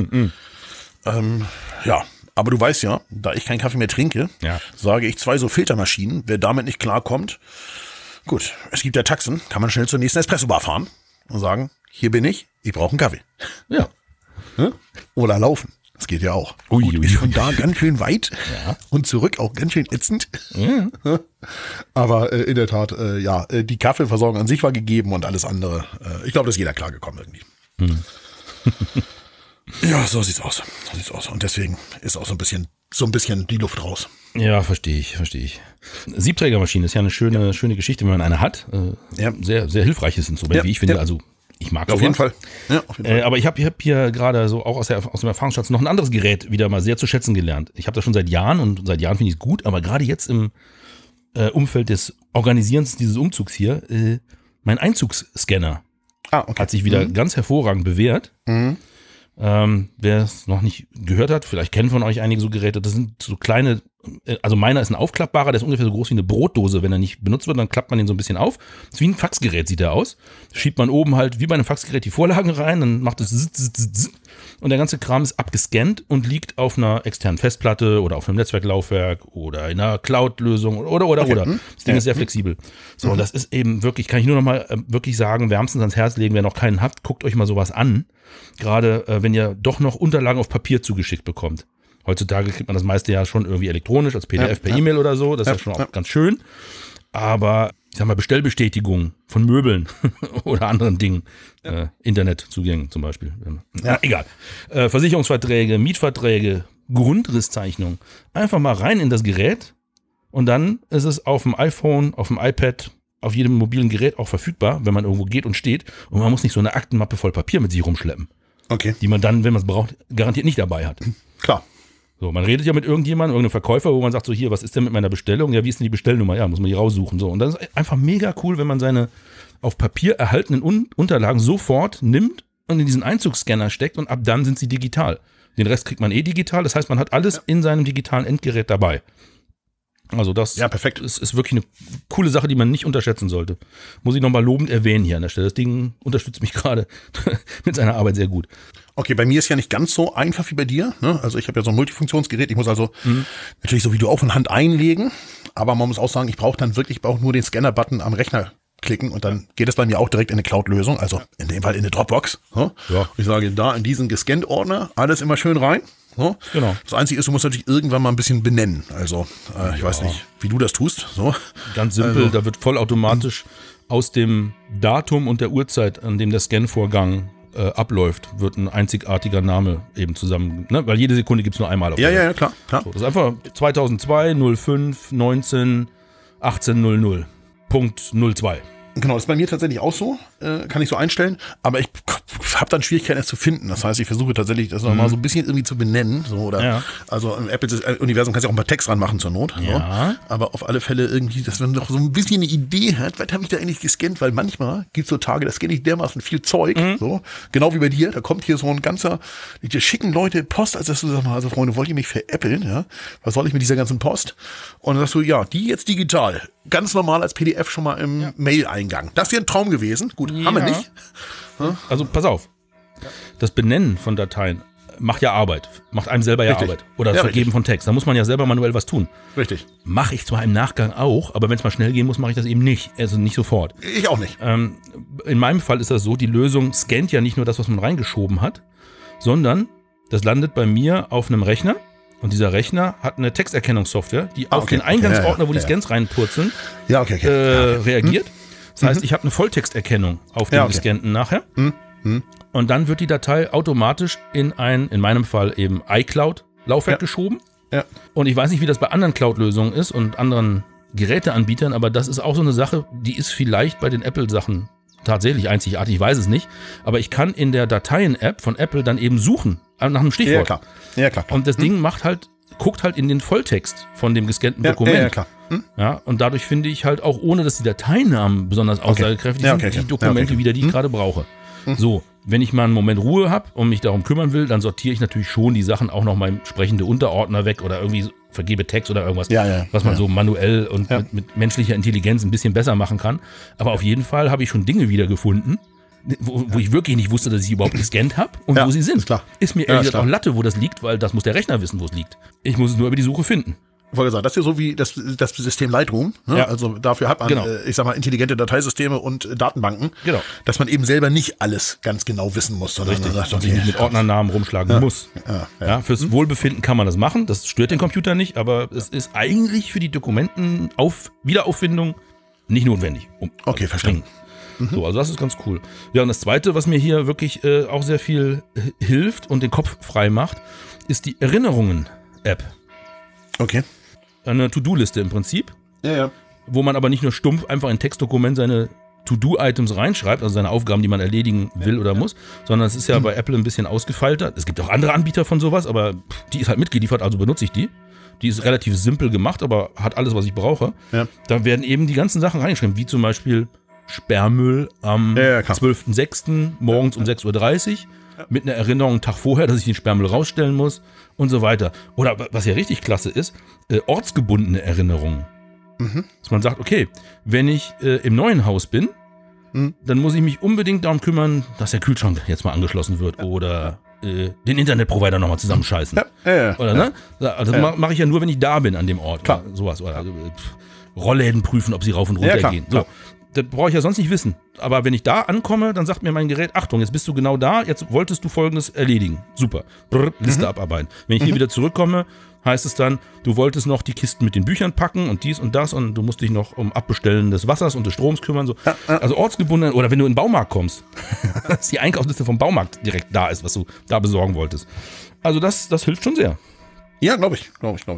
Aber du weißt ja, da ich keinen Kaffee mehr trinke, sage ich 2 so Filtermaschinen. Wer damit nicht klarkommt, gut, es gibt ja Taxen, kann man schnell zur nächsten Espresso-Bar fahren und sagen, hier bin ich brauche einen Kaffee. Ja. Oder laufen. Das geht ja auch. Ist von da ganz schön weit und zurück auch ganz schön ätzend. Ja. Aber in der Tat, die Kaffeeversorgung an sich war gegeben und alles andere. Ich glaube, da ist jeder klargekommen irgendwie. Ja, so sieht's aus. Und deswegen ist auch so ein bisschen die Luft raus. Ja, verstehe ich. Siebträgermaschine ist ja eine schöne Geschichte, wenn man eine hat. Sehr, sehr hilfreiches Instrument, wie ich finde. Also ich mag auf jeden Fall. Ja, auf jeden Fall. Aber ich hab hier gerade so auch aus dem Erfahrungsschatz noch ein anderes Gerät wieder mal sehr zu schätzen gelernt. Ich habe das schon seit Jahren und seit Jahren finde ich es gut, aber gerade jetzt im Umfeld des Organisierens dieses Umzugs hier, mein Einzugsscanner hat sich wieder ganz hervorragend bewährt. Wer es noch nicht gehört hat, vielleicht kennen von euch einige so Geräte, das sind so kleine, also meiner ist ein aufklappbarer, der ist ungefähr so groß wie eine Brotdose, wenn er nicht benutzt wird, dann klappt man den so ein bisschen auf. Das ist wie ein Faxgerät, sieht er aus. Schiebt man oben halt wie bei einem Faxgerät die Vorlagen rein, dann macht es und der ganze Kram ist abgescannt und liegt auf einer externen Festplatte oder auf einem Netzwerklaufwerk oder in einer Cloud-Lösung oder. Das Ding ist sehr flexibel. So, und das ist eben wirklich, kann ich nur noch mal wirklich sagen, wärmstens ans Herz legen, wer noch keinen habt, guckt euch mal sowas an. Gerade wenn ihr doch noch Unterlagen auf Papier zugeschickt bekommt. Heutzutage kriegt man das meiste ja schon irgendwie elektronisch, als PDF per E-Mail oder so. Das ist ja schon auch ganz schön. Aber ich sag mal, Bestellbestätigung von Möbeln oder anderen Dingen, Internetzugängen zum Beispiel. Egal. Versicherungsverträge, Mietverträge, Grundrisszeichnung. Einfach mal rein in das Gerät und dann ist es auf dem iPhone, auf dem iPad, auf jedem mobilen Gerät auch verfügbar, wenn man irgendwo geht und steht. Und man muss nicht so eine Aktenmappe voll Papier mit sich rumschleppen. Okay. Die man dann, wenn man es braucht, garantiert nicht dabei hat. Klar. So, man redet ja mit irgendjemandem, irgendeinem Verkäufer, wo man sagt so, hier, was ist denn mit meiner Bestellung? Ja, wie ist denn die Bestellnummer? Ja, muss man die raussuchen. So, und das ist einfach mega cool, wenn man seine auf Papier erhaltenen Unterlagen sofort nimmt und in diesen Einzugsscanner steckt und ab dann sind sie digital. Den Rest kriegt man digital. Das heißt, man hat alles in seinem digitalen Endgerät dabei. Also das ist wirklich eine coole Sache, die man nicht unterschätzen sollte. Muss ich nochmal lobend erwähnen hier an der Stelle. Das Ding unterstützt mich gerade mit seiner Arbeit sehr gut. Okay, bei mir ist ja nicht ganz so einfach wie bei dir. Ne? Also ich habe ja so ein Multifunktionsgerät. Ich muss also natürlich so wie du auch von Hand einlegen. Aber man muss auch sagen, ich brauche nur den Scanner-Button am Rechner klicken und dann geht es bei mir auch direkt in eine Cloud-Lösung. Also in dem Fall in eine Dropbox. Ne? Ja. Ich sage da in diesen gescannt-Ordner alles immer schön rein. So. Genau. Das Einzige ist, du musst natürlich irgendwann mal ein bisschen benennen. Also ich weiß nicht, wie du das tust. So. Ganz simpel, da wird vollautomatisch aus dem Datum und der Uhrzeit, an dem der Scan-Vorgang abläuft, wird ein einzigartiger Name eben zusammen, ne? Weil jede Sekunde gibt es nur einmal auf der Welt. Ja, klar. So, das ist einfach 2002 05 19 1800.02. Genau, das ist bei mir tatsächlich auch so. kann ich so einstellen, aber ich habe dann Schwierigkeiten, es zu finden. Das heißt, ich versuche tatsächlich, das nochmal so ein bisschen irgendwie zu benennen. So, oder also im Apple-Universum kannst du auch ein paar Text ranmachen zur Not. Ja. So. Aber auf alle Fälle irgendwie, dass man doch so ein bisschen eine Idee hat, was habe ich da eigentlich gescannt, weil manchmal gibt es so Tage, da scanne ich dermaßen viel Zeug, so, genau wie bei dir, da kommt hier so ein ganzer, die schicken Leute Post, als dass du sagst, also Freunde, wollt ihr mich veräppeln, ja? Was soll ich mit dieser ganzen Post? Und dann sagst du, ja, die jetzt digital, ganz normal als PDF schon mal im Mail-Eingang. Das wäre ein Traum gewesen, gut, haben wir nicht. Also pass auf, das Benennen von Dateien macht ja Arbeit, macht einem selber Richtig. Arbeit. Oder das Vergeben von Text, da muss man ja selber manuell was tun. Richtig. Mache ich zwar im Nachgang auch, aber wenn es mal schnell gehen muss, mache ich das eben nicht, also nicht sofort. Ich auch nicht. In meinem Fall ist das so, die Lösung scannt ja nicht nur das, was man reingeschoben hat, sondern das landet bei mir auf einem Rechner und dieser Rechner hat eine Texterkennungssoftware, die auf den Eingangsordner, wo die Scans reinpurzeln, reagiert. Das heißt, ich habe eine Volltexterkennung auf dem Gescannten nachher. Und dann wird die Datei automatisch in meinem Fall eben iCloud-Laufwerk geschoben. Ja. Und ich weiß nicht, wie das bei anderen Cloud-Lösungen ist und anderen Geräteanbietern, aber das ist auch so eine Sache, die ist vielleicht bei den Apple-Sachen tatsächlich einzigartig, ich weiß es nicht. Aber ich kann in der Dateien-App von Apple dann eben suchen nach einem Stichwort. Ja, klar. Und das Ding guckt halt in den Volltext von dem gescannten Dokument. Ja, klar. Ja, und dadurch finde ich halt auch, ohne dass die Dateinamen besonders aussagekräftig sind, die Dokumente wieder, die ich gerade brauche. So, wenn ich mal einen Moment Ruhe habe und mich darum kümmern will, dann sortiere ich natürlich schon die Sachen auch noch mal entsprechende Unterordner weg oder irgendwie vergebe Text oder irgendwas, was man so manuell und mit menschlicher Intelligenz ein bisschen besser machen kann. Aber auf jeden Fall habe ich schon Dinge wiedergefunden, wo ich wirklich nicht wusste, dass ich sie überhaupt gescannt habe und wo sie sind. Ist klar. Ist mir ehrlich gesagt auch Latte, wo das liegt, weil das muss der Rechner wissen, wo es liegt. Ich muss es nur über die Suche finden. Ich wollte sagen, das ist ja so wie das System Lightroom. Ne? Ja. Also dafür hat man, ich sag mal, intelligente Dateisysteme und Datenbanken. Genau. Dass man eben selber nicht alles ganz genau wissen muss. Sondern Richtig, sagt, und sich nicht mit Ordnernamen rumschlagen muss. Ja, fürs Wohlbefinden kann man das machen, das stört den Computer nicht, aber es ist eigentlich für die Dokumentenwiederauffindung nicht notwendig. Okay, verstanden. So, also das ist ganz cool. Ja, und das Zweite, was mir hier wirklich auch sehr viel hilft und den Kopf frei macht, ist die Erinnerungen-App. Okay. Eine To-Do-Liste im Prinzip, wo man aber nicht nur stumpf einfach in ein Textdokument seine To-Do-Items reinschreibt, also seine Aufgaben, die man erledigen will oder muss, sondern es ist ja bei Apple ein bisschen ausgefeilter. Es gibt auch andere Anbieter von sowas, aber die ist halt mitgeliefert, also benutze ich die. Die ist relativ simpel gemacht, aber hat alles, was ich brauche. Ja. Da werden eben die ganzen Sachen reingeschrieben, wie zum Beispiel Sperrmüll am 12.06. morgens um 6.30 Uhr. Mit einer Erinnerung einen Tag vorher, dass ich den Sperrmüll rausstellen muss und so weiter. Oder was ja richtig klasse ist, ortsgebundene Erinnerungen. Dass man sagt, okay, wenn ich im neuen Haus bin, dann muss ich mich unbedingt darum kümmern, dass der Kühlschrank jetzt mal angeschlossen wird oder den Internetprovider nochmal zusammenscheißen. Oder, ne? Also mache ich ja nur, wenn ich da bin an dem Ort. Klar. Oder sowas. Oder Rollläden prüfen, ob sie rauf und runter gehen. So. Das brauche ich ja sonst nicht wissen. Aber wenn ich da ankomme, dann sagt mir mein Gerät, Achtung, jetzt bist du genau da, jetzt wolltest du Folgendes erledigen. Super. Liste abarbeiten. Wenn ich hier wieder zurückkomme, heißt es dann, du wolltest noch die Kisten mit den Büchern packen und dies und das und du musst dich noch um Abbestellen des Wassers und des Stroms kümmern. So. Also ortsgebunden, oder wenn du in den Baumarkt kommst, dass die Einkaufsliste vom Baumarkt direkt da ist, was du da besorgen wolltest. Also das hilft schon sehr. Ja, glaube ich.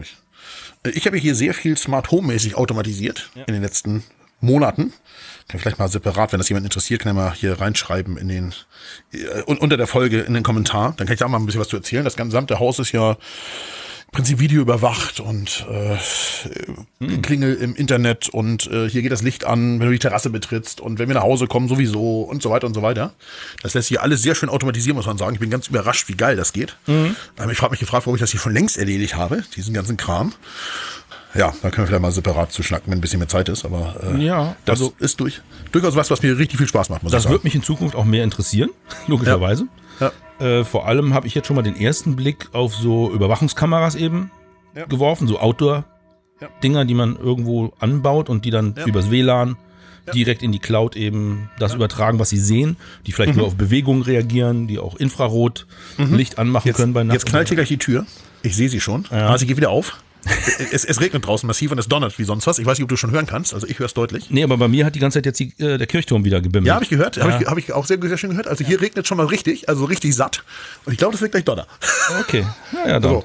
Ich habe hier sehr viel Smart Home-mäßig automatisiert in den letzten Monaten. Kann ich vielleicht mal separat, wenn das jemand interessiert, kann er mal hier reinschreiben unter der Folge in den Kommentar. Dann kann ich da mal ein bisschen was zu erzählen. Das gesamte Haus ist ja im Prinzip Video überwacht und Klingel im Internet und hier geht das Licht an, wenn du die Terrasse betrittst und wenn wir nach Hause kommen sowieso und so weiter und so weiter. Das lässt sich alles sehr schön automatisieren, muss man sagen. Ich bin ganz überrascht, wie geil das geht. Ich habe mich gefragt, warum ich das hier schon längst erledigt habe, diesen ganzen Kram. Ja, da können wir vielleicht mal separat zu schnacken, wenn ein bisschen mehr Zeit ist, aber das ist durchaus was mir richtig viel Spaß macht, muss ich sagen. Das wird mich in Zukunft auch mehr interessieren, logischerweise. Ja. Vor allem habe ich jetzt schon mal den ersten Blick auf so Überwachungskameras eben geworfen, so Outdoor-Dinger, die man irgendwo anbaut und die dann übers WLAN direkt in die Cloud eben das übertragen, was sie sehen, die vielleicht nur auf Bewegungen reagieren, die auch Infrarotlicht anmachen können bei Nacht. Jetzt knallt hier gleich die Tür. Ich sehe sie schon. Sie geht wieder auf. Es regnet draußen massiv und es donnert wie sonst was. Ich weiß nicht, ob du schon hören kannst. Also ich höre es deutlich. Nee, aber bei mir hat die ganze Zeit jetzt der Kirchturm wieder gebimmelt. Ja, habe ich gehört. Habe ich auch sehr, sehr schön gehört. Also hier regnet schon mal richtig, also richtig satt. Und ich glaube, das wird gleich Donner. Okay, ja, dann.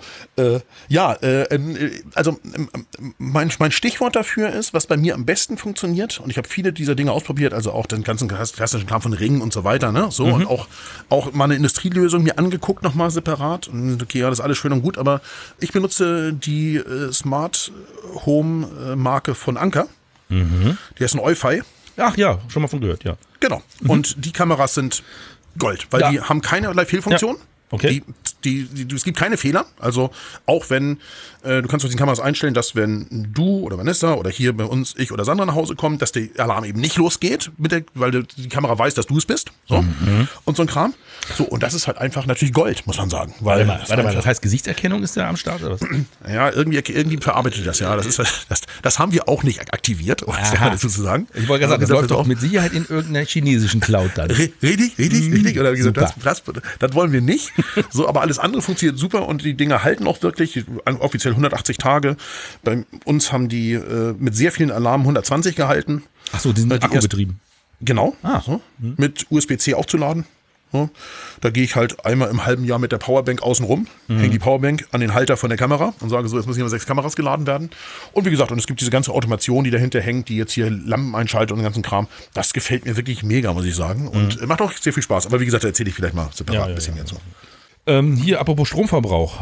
Also, mein Stichwort dafür ist, was bei mir am besten funktioniert. Und ich habe viele dieser Dinge ausprobiert, also auch den ganzen klassischen Kram von Ringen und so weiter. Ne? So, und auch mal eine Industrielösung mir angeguckt, nochmal separat. Und okay, ja, das ist alles schön und gut, aber ich benutze die Smart Home Marke von Anker. Die heißt ein Eufy. Ach ja, schon mal von gehört, ja. Genau. Und die Kameras sind Gold, weil die haben keinerlei Fehlfunktion. Ja. Okay. Es gibt keine Fehler. Also auch wenn, du kannst mit den Kameras einstellen, dass wenn du oder Vanessa oder hier bei uns, ich oder Sandra nach Hause kommen, dass der Alarm eben nicht losgeht, weil die Kamera weiß, dass du es bist. So. Und so ein Kram. So, und das ist halt einfach natürlich Gold, muss man sagen. Weil, warte mal, das heißt Gesichtserkennung ist da am Start oder was? Ja, irgendwie verarbeitet das, ja. Das haben wir auch nicht aktiviert, um es ja dazu zu sagen. Ich wollte gerade sagen, das läuft doch mit Sicherheit in irgendeiner chinesischen Cloud dann. Richtig. Oder wie gesagt, das wollen wir nicht. So, aber alles andere funktioniert super und die Dinger halten auch wirklich offiziell 180 Tage. Bei uns haben die mit sehr vielen Alarmen 120 gehalten. Ach so, die sind mit Akku betrieben. Genau, mit USB-C aufzuladen. So, da gehe ich halt einmal im halben Jahr mit der Powerbank außen rum, hänge die Powerbank an den Halter von der Kamera und sage so, jetzt müssen hier mal 6 Kameras geladen werden. Und wie gesagt, und es gibt diese ganze Automation, die dahinter hängt, die jetzt hier Lampen einschaltet und den ganzen Kram. Das gefällt mir wirklich mega, muss ich sagen. Und macht auch sehr viel Spaß. Aber wie gesagt, da erzähle ich vielleicht mal separat ein bisschen dazu. Hier, apropos Stromverbrauch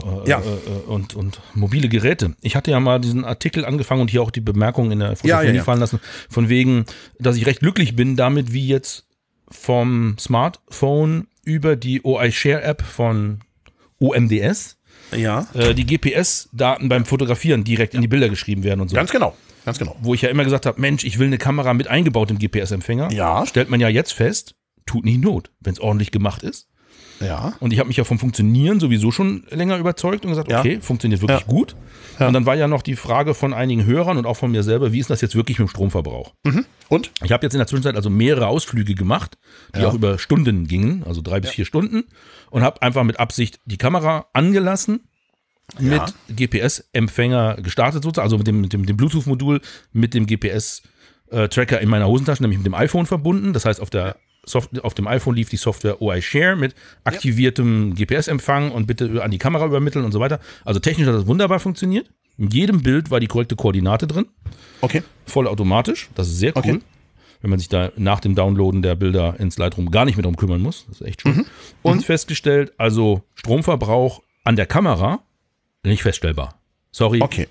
und mobile Geräte. Ich hatte ja mal diesen Artikel angefangen und hier auch die Bemerkung in der Fotografie fallen lassen, von wegen, dass ich recht glücklich bin damit, wie jetzt vom Smartphone über die OI Share App von OMDS die GPS-Daten beim Fotografieren direkt in die Bilder geschrieben werden und so. Ganz genau. Wo ich ja immer gesagt habe, Mensch, ich will eine Kamera mit eingebautem GPS-Empfänger. Ja. Stellt man ja jetzt fest, tut nicht Not, wenn es ordentlich gemacht ist. Ja. Und ich habe mich ja vom Funktionieren sowieso schon länger überzeugt und gesagt, okay, funktioniert wirklich gut. Ja. Und dann war ja noch die Frage von einigen Hörern und auch von mir selber, wie ist das jetzt wirklich mit dem Stromverbrauch? Und? Ich habe jetzt in der Zwischenzeit also mehrere Ausflüge gemacht, die auch über Stunden gingen, also 3 bis 4 Stunden, und habe einfach mit Absicht die Kamera angelassen, mit GPS-Empfänger gestartet sozusagen, also mit dem Bluetooth-Modul, mit dem GPS-Tracker in meiner Hosentasche, nämlich mit dem iPhone verbunden. Das heißt, auf dem iPhone lief die Software OI Share mit aktiviertem GPS-Empfang und bitte an die Kamera übermitteln und so weiter. Also technisch hat das wunderbar funktioniert. In jedem Bild war die korrekte Koordinate drin. Okay. Vollautomatisch. Das ist sehr cool. Okay. Wenn man sich da nach dem Downloaden der Bilder ins Lightroom gar nicht mehr drum kümmern muss. Das ist echt schön. Und festgestellt, also Stromverbrauch an der Kamera nicht feststellbar. Sorry. Okay.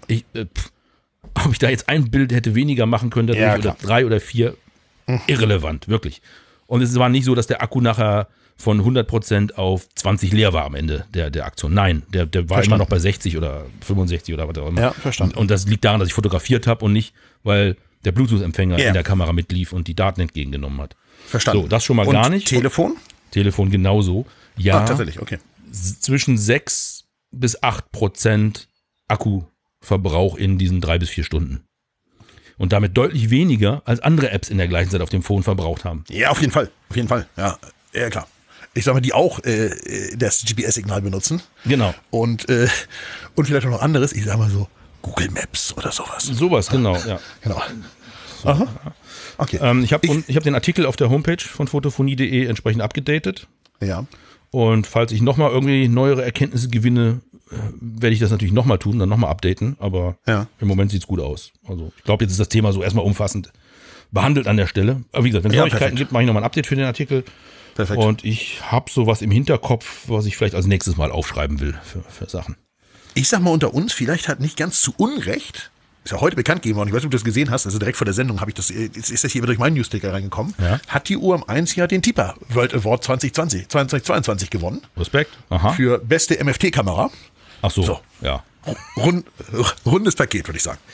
Ob ich da jetzt ein Bild hätte weniger machen können, oder 3 oder 4, irrelevant, wirklich. Und es war nicht so, dass der Akku nachher von 100% auf 20 leer war am Ende der Aktion. Nein, der war immer noch bei 60 oder 65 oder was auch immer. Ja, verstanden. Und das liegt daran, dass ich fotografiert habe und nicht, weil der Bluetooth-Empfänger in der Kamera mitlief und die Daten entgegengenommen hat. Verstanden. So, das schon mal und gar nicht. Telefon? Telefon genauso. Ja. Tatsächlich, okay. Zwischen 6 bis 8% Akkuverbrauch in diesen 3 bis 4 Stunden. Und damit deutlich weniger als andere Apps in der gleichen Zeit auf dem Phone verbraucht haben. Ja, auf jeden Fall. Ja, klar. Ich sag mal, die auch das GPS-Signal benutzen. Genau. Und vielleicht auch noch anderes, ich sag mal so, Google Maps oder sowas. Sowas, genau, ja. Genau. So. Aha. Okay. Ich hab den Artikel auf der Homepage von photophonie.de entsprechend abgedatet. Ja. Und falls ich nochmal irgendwie neuere Erkenntnisse gewinne, werde ich das natürlich nochmal tun, dann nochmal updaten, aber im Moment sieht's gut aus. Also ich glaube, jetzt ist das Thema so erstmal umfassend behandelt an der Stelle. Aber wie gesagt, wenn es Neuigkeiten gibt, mache ich nochmal ein Update für den Artikel. Perfekt. Und ich habe sowas im Hinterkopf, was ich vielleicht als nächstes Mal aufschreiben will für Sachen. Ich sag mal unter uns, vielleicht hat nicht ganz zu Unrecht, ist ja heute bekannt gegeben worden, ich weiß nicht, ob du das gesehen hast, also direkt vor der Sendung ist das hier durch meinen Newsticker reingekommen, hat die UM1 ja den TIPA World Award 2022 gewonnen. Respekt. Aha. Für beste MFT-Kamera. Ach so, ja. Rundes Paket, würde ich sagen.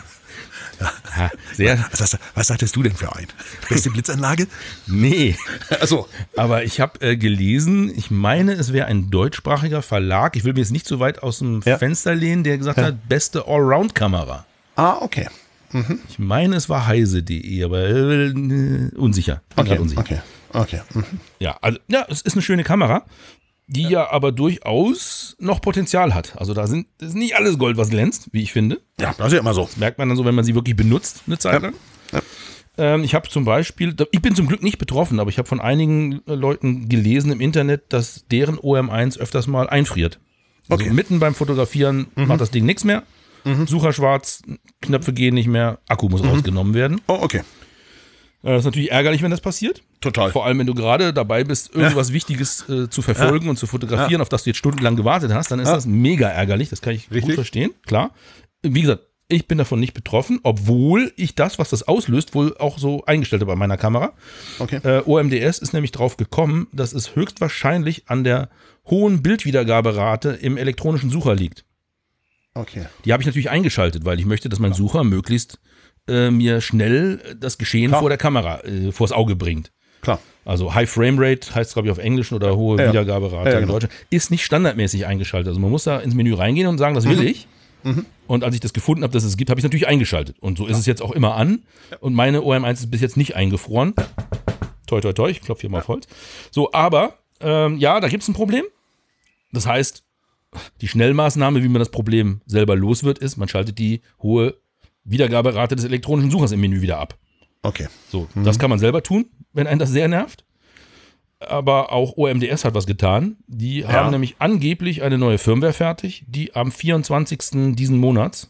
Ja, sehr. Was sagtest du denn für ein? Beste Blitzanlage? Nee. Achso. Aber ich habe gelesen, ich meine, es wäre ein deutschsprachiger Verlag. Ich will mir jetzt nicht so weit aus dem Fenster lehnen, der gesagt hat, beste Allround-Kamera. Ah, okay. Ich meine, es war heise.de, aber unsicher. Okay. Ja, also, es ist eine schöne Kamera. die ja aber durchaus noch Potenzial hat. Also das ist nicht alles Gold, was glänzt, wie ich finde. Ja, das ist ja immer so. Das merkt man dann so, wenn man sie wirklich benutzt, eine Zeit lang. Ich habe zum Beispiel, ich bin zum Glück nicht betroffen, aber ich habe von einigen Leuten gelesen im Internet, dass deren OM1 öfters mal einfriert. Also mitten beim Fotografieren macht das Ding nichts mehr. Sucher schwarz, Knöpfe gehen nicht mehr, Akku muss rausgenommen werden. Oh, okay. Das ist natürlich ärgerlich, wenn das passiert. Total. Vor allem, wenn du gerade dabei bist, irgendwas Wichtiges zu verfolgen und zu fotografieren, auf das du jetzt stundenlang gewartet hast, dann ist das mega ärgerlich. Das kann ich gut verstehen, klar. Wie gesagt, ich bin davon nicht betroffen, obwohl ich das, was das auslöst, wohl auch so eingestellt habe bei meiner Kamera. Okay. OMDS ist nämlich drauf gekommen, dass es höchstwahrscheinlich an der hohen Bildwiedergaberate im elektronischen Sucher liegt. Okay. Die habe ich natürlich eingeschaltet, weil ich möchte, dass mein Sucher möglichst mir schnell das Geschehen vor der Kamera vors Auge bringt. Klar. Also High Frame Rate heißt, glaube ich, auf Englisch oder hohe Wiedergaberate im Deutschen, ist nicht standardmäßig eingeschaltet. Also man muss da ins Menü reingehen und sagen, das will ich. Und als ich das gefunden habe, dass es gibt, habe ich es natürlich eingeschaltet. Und so ist es jetzt auch immer an. Und meine OM1 ist bis jetzt nicht eingefroren. Toi, toi, toi, ich klopfe hier mal auf Holz. So, aber da gibt es ein Problem. Das heißt, die Schnellmaßnahme, wie man das Problem selber los wird, ist, man schaltet die hohe Wiedergaberate des elektronischen Suchers im Menü wieder ab. Okay. So, das kann man selber tun, wenn einen das sehr nervt. Aber auch OMDS hat was getan. Die haben nämlich angeblich eine neue Firmware fertig, die am 24. dieses Monats,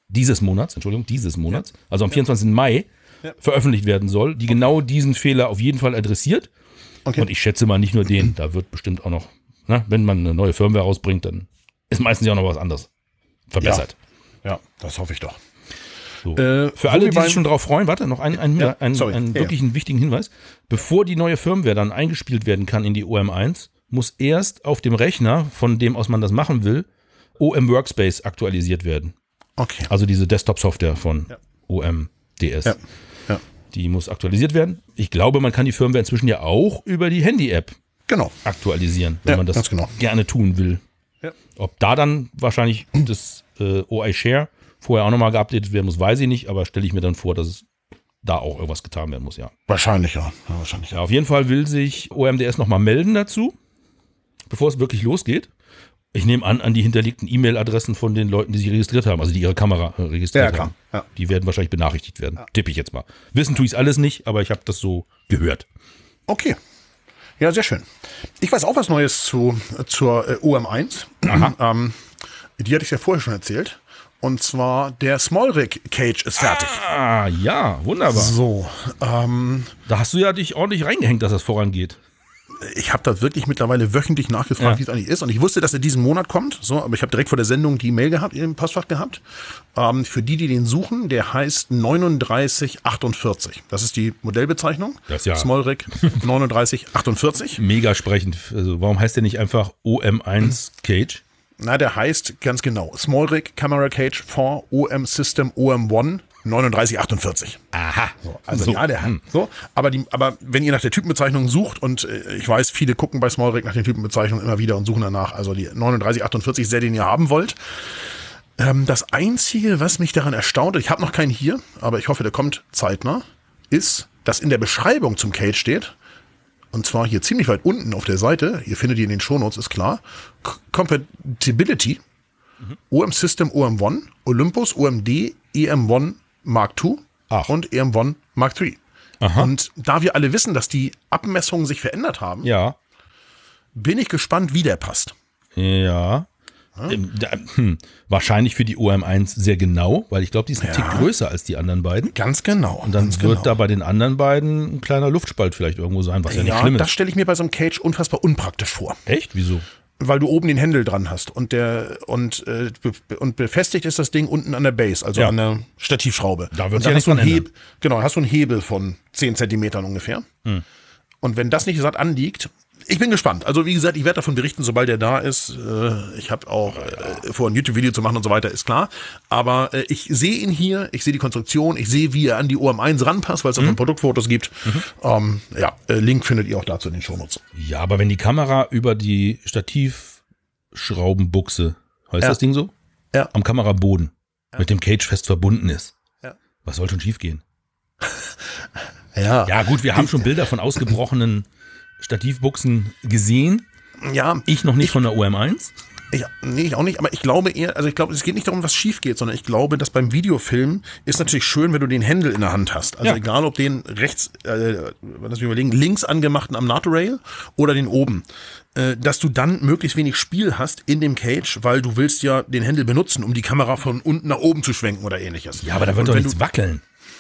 also am 24. Mai veröffentlicht werden soll, die genau diesen Fehler auf jeden Fall adressiert. Okay. Und ich schätze mal nicht nur den, da wird bestimmt auch noch, wenn man eine neue Firmware rausbringt, dann ist meistens ja auch noch was anderes verbessert. Ja, das hoffe ich doch. So. Für alle, die sich schon drauf freuen, warte, noch einen wirklich einen wichtigen Hinweis. Bevor die neue Firmware dann eingespielt werden kann in die OM1, muss erst auf dem Rechner, von dem aus man das machen will, OM Workspace aktualisiert werden. Okay. Also diese Desktop-Software von OMDS. Ja. Die muss aktualisiert werden. Ich glaube, man kann die Firmware inzwischen ja auch über die Handy-App aktualisieren, wenn man das gerne tun will. Ja. Ob da dann wahrscheinlich das OI Share vorher auch nochmal geupdatet werden muss, weiß ich nicht, aber stelle ich mir dann vor, dass es da auch irgendwas getan werden muss, ja. Wahrscheinlich, ja. Ja, auf jeden Fall will sich OMDS nochmal melden dazu, bevor es wirklich losgeht. Ich nehme an die hinterlegten E-Mail-Adressen von den Leuten, die sich registriert haben, also die ihre Kamera registriert haben. Ja. Die werden wahrscheinlich benachrichtigt werden, tippe ich jetzt mal. Wissen tue ich es alles nicht, aber ich habe das so gehört. Okay. Ja, sehr schön. Ich weiß auch was Neues zur OM1. Die hatte ich ja vorher schon erzählt. Und zwar der Small-Rig Cage ist fertig. Ah, ja, wunderbar. So. Da hast du ja dich ordentlich reingehängt, dass das vorangeht. Ich habe da wirklich mittlerweile wöchentlich nachgefragt, wie es eigentlich ist. Und ich wusste, dass er diesen Monat kommt. So, aber ich habe direkt vor der Sendung die Mail gehabt, im Postfach gehabt. Für die den suchen, der heißt 3948. Das ist die Modellbezeichnung. Das ja. Small Rig 3948. Mega sprechend. Also warum heißt der nicht einfach OM1 Cage? Na, der heißt ganz genau Small Rig Camera Cage for OM System OM1 3948. Aha. So, also ja, der so. Aber wenn ihr nach der Typenbezeichnung sucht, und ich weiß, viele gucken bei Small Rig nach den Typenbezeichnungen immer wieder und suchen danach, also die 3948 ist der, den ihr haben wollt. Das Einzige, was mich daran erstaunt, ich habe noch keinen hier, aber ich hoffe, der kommt zeitnah, ist, dass in der Beschreibung zum Cage steht, und zwar hier ziemlich weit unten auf der Seite, ihr findet die in den Shownotes, ist klar, Compatibility, OM System OM1, Olympus OMD EM1 Mark II und EM1 Mark III. Aha. Und da wir alle wissen, dass die Abmessungen sich verändert haben, bin ich gespannt, wie der passt. Ja. Wahrscheinlich für die OM1 sehr genau, weil ich glaube, die ist ein Tick größer als die anderen beiden. Ganz genau. Und dann wird da bei den anderen beiden ein kleiner Luftspalt vielleicht irgendwo sein, was ja nicht schlimm ist. Das stelle ich mir bei so einem Cage unfassbar unpraktisch vor. Echt? Wieso? Weil du oben den Händel dran hast und befestigt ist das Ding unten an der Base, also an der Stativschraube. Da wird ja nichts dran ändern. Genau, hast du einen Hebel von 10 Zentimetern ungefähr. Und wenn das nicht satt anliegt, ich bin gespannt. Also wie gesagt, ich werde davon berichten, sobald er da ist. Ich habe auch vor, ein YouTube-Video zu machen und so weiter, ist klar. Aber ich sehe ihn hier, ich sehe die Konstruktion, ich sehe, wie er an die OM1 ranpasst, weil es davon Produktfotos gibt. Link findet ihr auch dazu in den Shownotes. Ja, aber wenn die Kamera über die Stativschraubenbuchse, heißt das Ding so? Ja. Am Kameraboden mit dem Cage fest verbunden ist. Ja. Was soll schon schief gehen? Ja. Ja gut, wir haben schon Bilder von ausgebrochenen Stativbuchsen gesehen. Ja. Ich noch nicht von der OM1. Ich auch nicht, aber ich glaube eher, also ich glaube, es geht nicht darum, was schief geht, sondern ich glaube, dass beim Videofilm ist natürlich schön, wenn du den Händel in der Hand hast. Also egal, ob den rechts, lass mich überlegen, links angemachten am NATO-Rail oder den oben. Dass du dann möglichst wenig Spiel hast in dem Cage, weil du willst ja den Händel benutzen, um die Kamera von unten nach oben zu schwenken oder ähnliches. Ja, aber da wird doch nichts wackeln.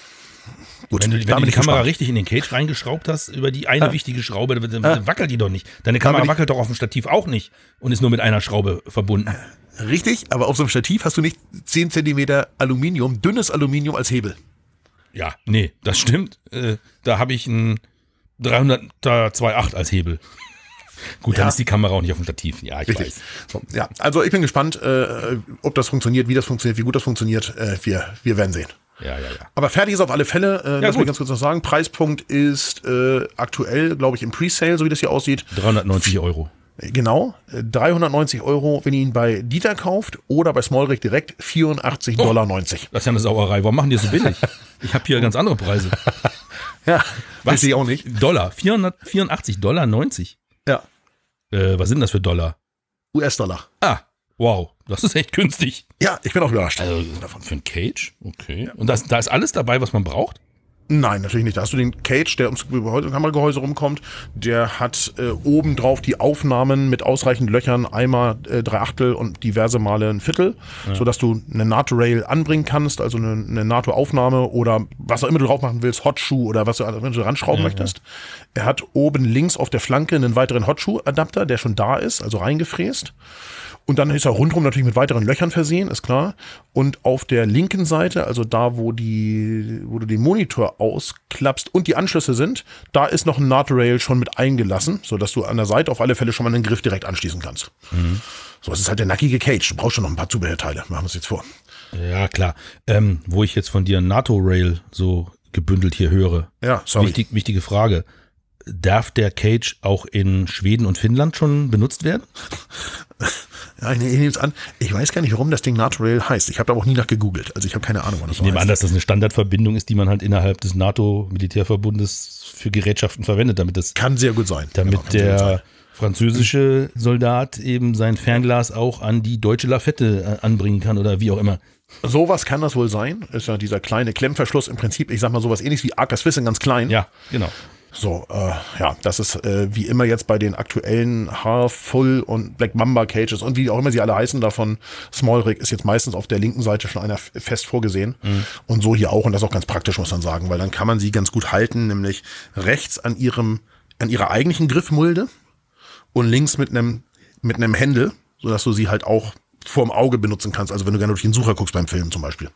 Gut, wenn du die Kamera richtig in den Cage reingeschraubt hast, über die eine wichtige Schraube, dann wackelt die doch nicht. Deine Kamera wackelt doch auf dem Stativ auch nicht und ist nur mit einer Schraube verbunden. Richtig, aber auf so einem Stativ hast du nicht 10 Zentimeter Aluminium, dünnes Aluminium als Hebel. Ja, nee, das stimmt. Da habe ich einen 300er 2.8 als Hebel. Gut, dann ist die Kamera auch nicht auf dem Stativ. Ja, ich weiß. So, ja, also ich bin gespannt, ob das funktioniert, wie das funktioniert, wie gut das funktioniert. Wir werden sehen. Ja. Aber fertig ist auf alle Fälle. Lass mich ganz kurz noch sagen. Preispunkt ist aktuell, glaube ich, im Presale, so wie das hier aussieht. 390 Euro. Genau, 390 Euro, wenn ihr ihn bei Dieter kauft oder bei Smallrig direkt, 84,90 Dollar. Das ist ja eine Sauerei. Warum machen die das so billig? Ich habe hier ganz andere Preise. Ja, weiß ich auch nicht. Dollar, 484,90 Dollar. Ja. Was sind das für Dollar? US-Dollar. Ah, wow, das ist echt günstig. Ja, ich bin auch überrascht. Also für ein Cage? Okay. Ja. Und da ist alles dabei, was man braucht? Nein, natürlich nicht. Da hast du den Cage, der ums Kameragehäuse rumkommt. Der hat oben drauf die Aufnahmen mit ausreichend Löchern, einmal 3/8 und diverse Male ein Viertel, sodass du eine NATO-Rail anbringen kannst, also eine NATO-Aufnahme oder was auch immer du drauf machen willst, Hotshoe oder was du ranschrauben möchtest. Er hat oben links auf der Flanke einen weiteren Hotshoe-Adapter, der schon da ist, also reingefräst. Und dann ist er rundherum natürlich mit weiteren Löchern versehen, ist klar. Und auf der linken Seite, also da, wo du den Monitor ausklappst und die Anschlüsse sind, da ist noch ein NATO-Rail schon mit eingelassen, sodass du an der Seite auf alle Fälle schon mal einen Griff direkt anschließen kannst. Mhm. So, das ist halt der nackige Cage. Du brauchst schon noch ein paar Zubehörteile. Machen wir uns jetzt vor. Ja, klar. Wo ich jetzt von dir ein NATO-Rail so gebündelt hier höre. Ja, sorry. Wichtige Frage. Darf der Cage auch in Schweden und Finnland schon benutzt werden? Ja, ich nehme es an. Ich weiß gar nicht, warum das Ding NATO-Rail heißt. Ich habe da auch nie nach gegoogelt. Also ich habe keine Ahnung, was das heißt. Ich nehme an, dass das eine Standardverbindung ist, die man halt innerhalb des NATO-Militärverbundes für Gerätschaften verwendet, damit das kann sehr gut sein. Damit der französische Soldat eben sein Fernglas auch an die deutsche Lafette anbringen kann oder wie auch immer. Sowas kann das wohl sein. Ist ja dieser kleine Klemmverschluss im Prinzip, ich sag mal sowas ähnliches wie Arca Swiss in ganz klein. Ja, genau. So, das ist wie immer jetzt bei den aktuellen Full und Black Mamba Cages und wie auch immer sie alle heißen davon, Smallrig ist jetzt meistens auf der linken Seite schon einer fest vorgesehen und so hier auch und das ist auch ganz praktisch, muss man sagen, weil dann kann man sie ganz gut halten, nämlich rechts an ihrer eigentlichen Griffmulde und links mit einem Händel, sodass du sie halt auch vorm Auge benutzen kannst, also wenn du gerne durch den Sucher guckst beim Film zum Beispiel.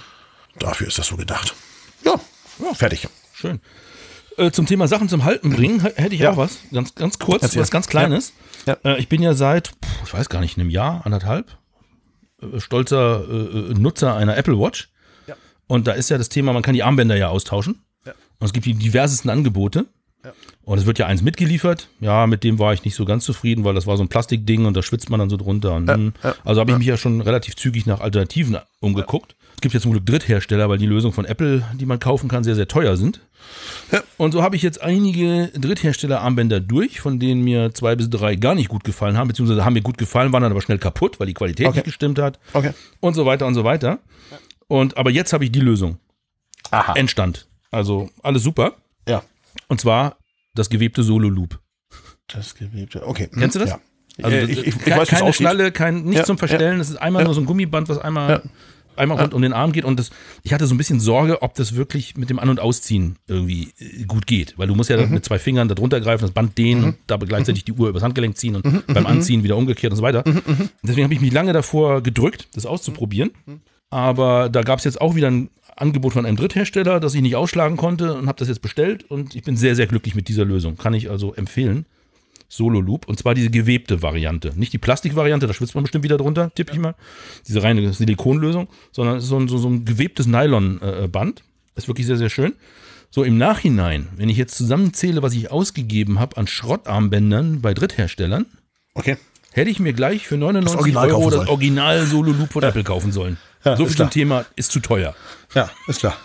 Dafür ist das so gedacht. Ja, fertig. Schön. Zum Thema Sachen zum Halten bringen, hätte ich auch was. Ganz kurz, was ganz Kleines. Ja. Ich bin ja seit, ich weiß gar nicht, einem Jahr, anderthalb, stolzer Nutzer einer Apple Watch. Ja. Und da ist ja das Thema, man kann die Armbänder ja austauschen. Ja. Und es gibt die diversesten Angebote. Ja. Und es wird ja eins mitgeliefert. Ja, mit dem war ich nicht so ganz zufrieden, weil das war so ein Plastikding und da schwitzt man dann so drunter. Und also habe ich mich ja schon relativ zügig nach Alternativen umgeguckt. Es gibt jetzt zum Glück Dritthersteller, weil die Lösungen von Apple, die man kaufen kann, sehr, sehr teuer sind. Ja. Und so habe ich jetzt einige Dritthersteller-Armbänder durch, von denen mir 2 bis 3 gar nicht gut gefallen haben, beziehungsweise haben mir gut gefallen, waren dann aber schnell kaputt, weil die Qualität nicht gestimmt hat. Okay. Und so weiter und so weiter. Aber jetzt habe ich die Lösung. Aha. Endstand. Also alles super. Ja. Und zwar das gewebte Solo-Loop. Das gewebte, okay. Kennst du das? Ja. Also ich weiß, keine Schnalle, nichts zum Verstellen. Das ist einmal nur so ein Gummiband, was einmal rund um den Arm geht und ich hatte so ein bisschen Sorge, ob das wirklich mit dem An- und Ausziehen irgendwie gut geht, weil du musst ja mit 2 Fingern da drunter greifen, das Band dehnen und dabei gleichzeitig die Uhr übers Handgelenk ziehen und beim Anziehen wieder umgekehrt und so weiter. Deswegen habe ich mich lange davor gedrückt, das auszuprobieren, aber da gab es jetzt auch wieder ein Angebot von einem Dritthersteller, das ich nicht ausschlagen konnte und habe das jetzt bestellt und ich bin sehr, sehr glücklich mit dieser Lösung. Kann ich also empfehlen. Solo-Loop, und zwar diese gewebte Variante. Nicht die Plastikvariante, da schwitzt man bestimmt wieder drunter, tippe ich mal. Diese reine Silikonlösung, sondern so ein gewebtes Nylonband. Ist wirklich sehr, sehr schön. So im Nachhinein, wenn ich jetzt zusammenzähle, was ich ausgegeben habe an Schrottarmbändern bei Drittherstellern, hätte ich mir gleich für 99 Euro das Original Solo-Loop von Apple kaufen sollen. Ja, so viel zum Thema, ist zu teuer. Ja, ist klar.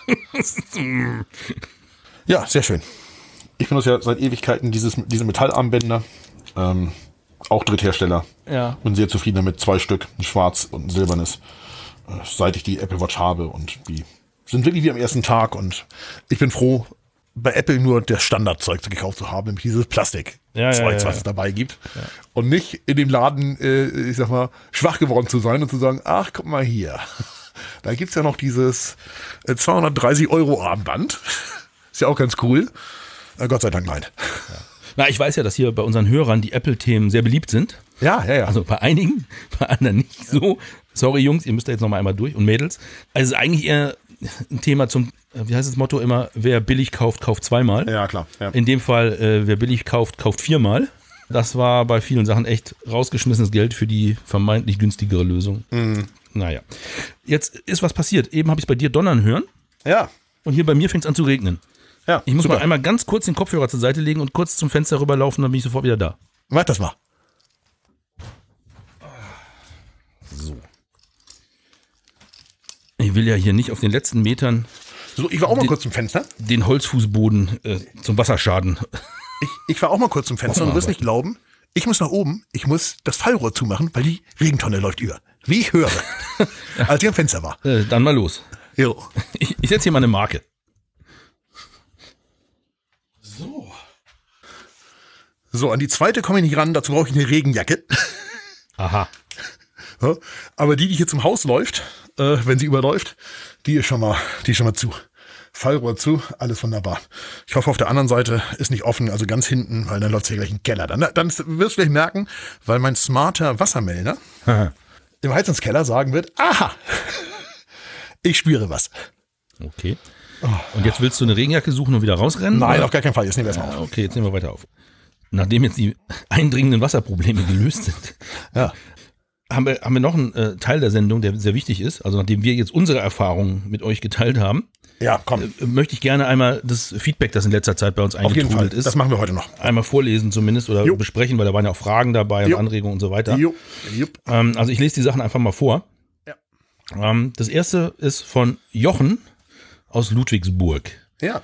Ja, sehr schön. Ich benutze ja seit Ewigkeiten diese Metallarmbänder. Auch Dritthersteller. Ja. Bin sehr zufrieden damit. 2 Stück, ein schwarz und ein silbernes. Seit ich die Apple Watch habe. Und die sind wirklich wie am ersten Tag. Und ich bin froh, bei Apple nur das Standardzeug gekauft zu haben, nämlich dieses Plastik. Was es dabei gibt. Ja. Und nicht in dem Laden, ich sag mal, schwach geworden zu sein und zu sagen, ach, guck mal hier. Da gibt's ja noch dieses 230 € Armband. Ist ja auch ganz cool. Gott sei Dank nein. Ja. Na, ich weiß ja, dass hier bei unseren Hörern die Apple-Themen sehr beliebt sind. Ja. Also bei einigen, bei anderen nicht so. Sorry Jungs, ihr müsst da jetzt noch mal einmal durch und Mädels. Also es ist eigentlich eher ein Thema zum, wie heißt das Motto immer, wer billig kauft, kauft zweimal. Ja, klar. Ja. In dem Fall, wer billig kauft, kauft viermal. Das war bei vielen Sachen echt rausgeschmissenes Geld für die vermeintlich günstigere Lösung. Mhm. Naja, jetzt ist was passiert. Eben habe ich es bei dir donnern hören. Ja. Und hier bei mir fängt es an zu regnen. Ja, ich muss mal einmal ganz kurz den Kopfhörer zur Seite legen und kurz zum Fenster rüberlaufen, dann bin ich sofort wieder da. Mach das mal. So. Ich will ja hier nicht auf den letzten Metern. So, ich war auch mal kurz zum Fenster. Den Holzfußboden zum Wasserschaden. Ich war auch mal kurz zum Fenster und du wirst nicht glauben, ich muss nach oben, ich muss das Fallrohr zumachen, weil die Regentonne läuft über. Wie ich höre, als ich am Fenster war. Dann mal los. Jo. Ich setze hier mal eine Marke. So, an die zweite komme ich nicht ran, dazu brauche ich eine Regenjacke. Aha. Ja, aber die hier zum Haus läuft, wenn sie überläuft, die ist schon mal zu. Fallrohr zu, alles wunderbar. Ich hoffe, auf der anderen Seite ist nicht offen, also ganz hinten, weil dann läuft hier gleich ein Keller. Dann wirst du vielleicht merken, weil mein smarter Wassermelder im Heizungskeller sagen wird, aha, ich spüre was. Okay. Und jetzt willst du eine Regenjacke suchen und wieder rausrennen? Nein, oder? Auf gar keinen Fall. Jetzt nehmen wir erstmal auf. Okay, jetzt nehmen wir weiter auf. Nachdem jetzt die eindringenden Wasserprobleme gelöst sind, haben wir noch einen Teil der Sendung, der sehr wichtig ist. Also nachdem wir jetzt unsere Erfahrungen mit euch geteilt haben, möchte ich gerne einmal das Feedback, das in letzter Zeit bei uns eingetrudelt ist. Das machen wir heute noch. Einmal vorlesen zumindest oder besprechen, weil da waren ja auch Fragen dabei und Anregungen und so weiter. Also ich lese die Sachen einfach mal vor. Ja. Das erste ist von Jochen aus Ludwigsburg. Ja.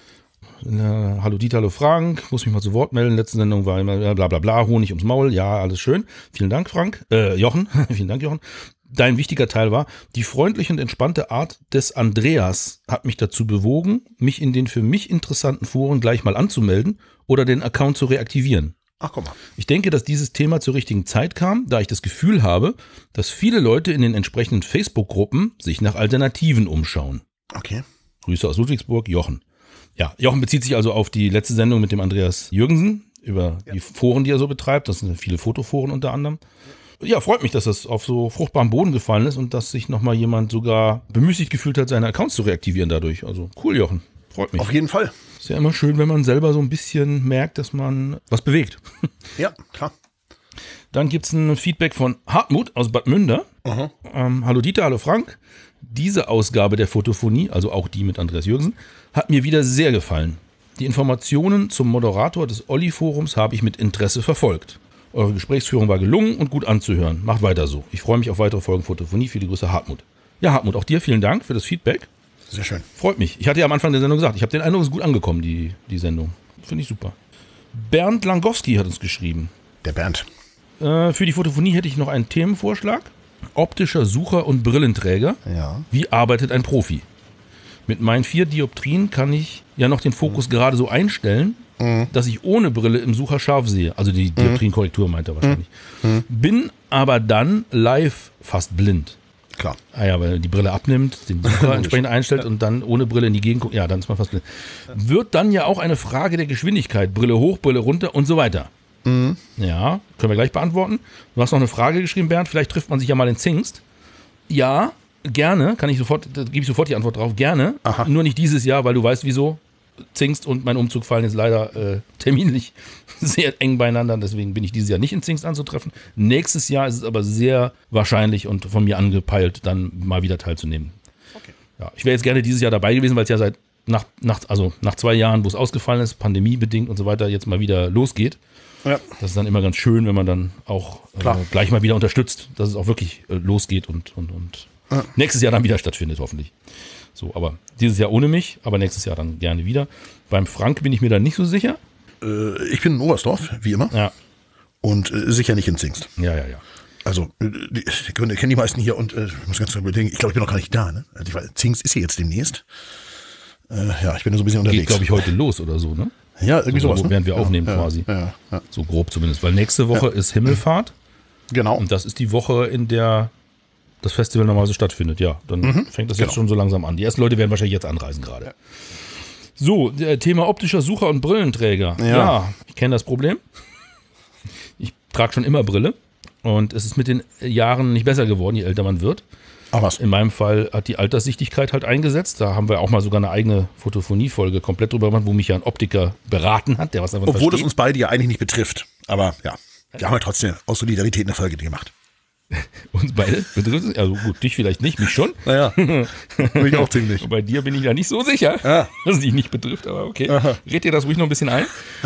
Hallo Dieter, hallo Frank, muss mich mal zu Wort melden. Letzte Sendung war immer bla bla bla, Honig ums Maul. Ja, alles schön. Vielen Dank, Jochen. Vielen Dank, Jochen. Dein wichtiger Teil war, die freundliche und entspannte Art des Andreas hat mich dazu bewogen, mich in den für mich interessanten Foren gleich mal anzumelden oder den Account zu reaktivieren. Ach, guck mal. Ich denke, dass dieses Thema zur richtigen Zeit kam, da ich das Gefühl habe, dass viele Leute in den entsprechenden Facebook-Gruppen sich nach Alternativen umschauen. Okay. Grüße aus Ludwigsburg, Jochen. Ja, Jochen bezieht sich also auf die letzte Sendung mit dem Andreas Jürgensen über die Foren, die er so betreibt. Das sind viele Fotoforen unter anderem. Ja, freut mich, dass das auf so fruchtbaren Boden gefallen ist und dass sich nochmal jemand sogar bemüßigt gefühlt hat, seine Accounts zu reaktivieren dadurch. Also cool, Jochen. Freut mich. Auf jeden Fall. Ist ja immer schön, wenn man selber so ein bisschen merkt, dass man was bewegt. Ja, klar. Dann gibt's ein Feedback von Hartmut aus Bad Münder. Hallo Dieter, hallo Frank. Diese Ausgabe der Fotophonie, also auch die mit Andreas Jürgensen, hat mir wieder sehr gefallen. Die Informationen zum Moderator des Olli-Forums habe ich mit Interesse verfolgt. Eure Gesprächsführung war gelungen und gut anzuhören. Macht weiter so. Ich freue mich auf weitere Folgen Fotophonie. Viele Grüße, Hartmut. Ja, Hartmut, auch dir vielen Dank für das Feedback. Sehr schön. Freut mich. Ich hatte ja am Anfang der Sendung gesagt, ich habe den Eindruck, es ist gut angekommen, die Sendung. Finde ich super. Bernd Langowski hat uns geschrieben. Der Bernd. Für die Fotophonie hätte ich noch einen Themenvorschlag. Optischer Sucher und Brillenträger. Ja. Wie arbeitet ein Profi? Mit meinen 4 Dioptrien kann ich ja noch den Fokus gerade so einstellen, dass ich ohne Brille im Sucher scharf sehe. Also die Dioptrienkorrektur meint er wahrscheinlich. Bin aber dann live fast blind. Klar. Ah ja, weil er die Brille abnimmt, den Sucher entsprechend einstellt und dann ohne Brille in die Gegend guckt. Ja, dann ist man fast blind. Wird dann ja auch eine Frage der Geschwindigkeit. Brille hoch, Brille runter und so weiter. Ja, können wir gleich beantworten. Du hast noch eine Frage geschrieben, Bernd. Vielleicht trifft man sich ja mal in Zingst. Ja, gerne. Da gebe ich sofort die Antwort drauf. Gerne. Aha. Nur nicht dieses Jahr, weil du weißt, wieso. Zingst und mein Umzug fallen jetzt leider terminlich sehr eng beieinander. Deswegen bin ich dieses Jahr nicht in Zingst anzutreffen. Nächstes Jahr ist es aber sehr wahrscheinlich und von mir angepeilt, dann mal wieder teilzunehmen. Okay. Ja, ich wäre jetzt gerne dieses Jahr dabei gewesen, weil es ja seit nach 2 Jahren, wo es ausgefallen ist, pandemiebedingt und so weiter, jetzt mal wieder losgeht. Ja. Das ist dann immer ganz schön, wenn man dann auch gleich mal wieder unterstützt, dass es auch wirklich losgeht und nächstes Jahr dann wieder stattfindet, hoffentlich. So, aber dieses Jahr ohne mich, aber nächstes Jahr dann gerne wieder. Beim Frank bin ich mir da nicht so sicher. Ich bin in Oberstdorf, wie immer. Ja. Und sicher nicht in Zingst. Ja. Also, die kennen die meisten hier und ich muss ganz überlegen, ich glaube, ich bin noch gar nicht da, ne? Also Zingst ist hier jetzt demnächst. Ich bin da so ein bisschen unterwegs. Geht, glaube ich, heute los oder so, ne? Ja, irgendwie sowas. Während wir aufnehmen quasi. Ja. So grob zumindest. Weil nächste Woche ist Himmelfahrt. Genau. Und das ist die Woche, in der das Festival normalerweise stattfindet. Ja, dann fängt das jetzt schon so langsam an. Die ersten Leute werden wahrscheinlich jetzt anreisen gerade. Ja. So, Thema optischer Sucher und Brillenträger. Ja, ich kenne das Problem. Ich trage schon immer Brille. Und es ist mit den Jahren nicht besser geworden, je älter man wird. Ach was. In meinem Fall hat die Alterssichtigkeit halt eingesetzt. Da haben wir auch mal sogar eine eigene Fotophonie-Folge komplett drüber gemacht, wo mich ja ein Optiker beraten hat, der was davon versteht. Obwohl das uns beide ja eigentlich nicht betrifft. Aber ja, wir haben ja trotzdem aus Solidarität eine Folge gemacht. Uns beide betrifft es? Also gut, dich vielleicht nicht, mich schon. Naja, mich auch ziemlich. Bei dir bin ich da nicht so sicher, dass es dich nicht betrifft, aber okay. Aha. Red dir das ruhig noch ein bisschen ein.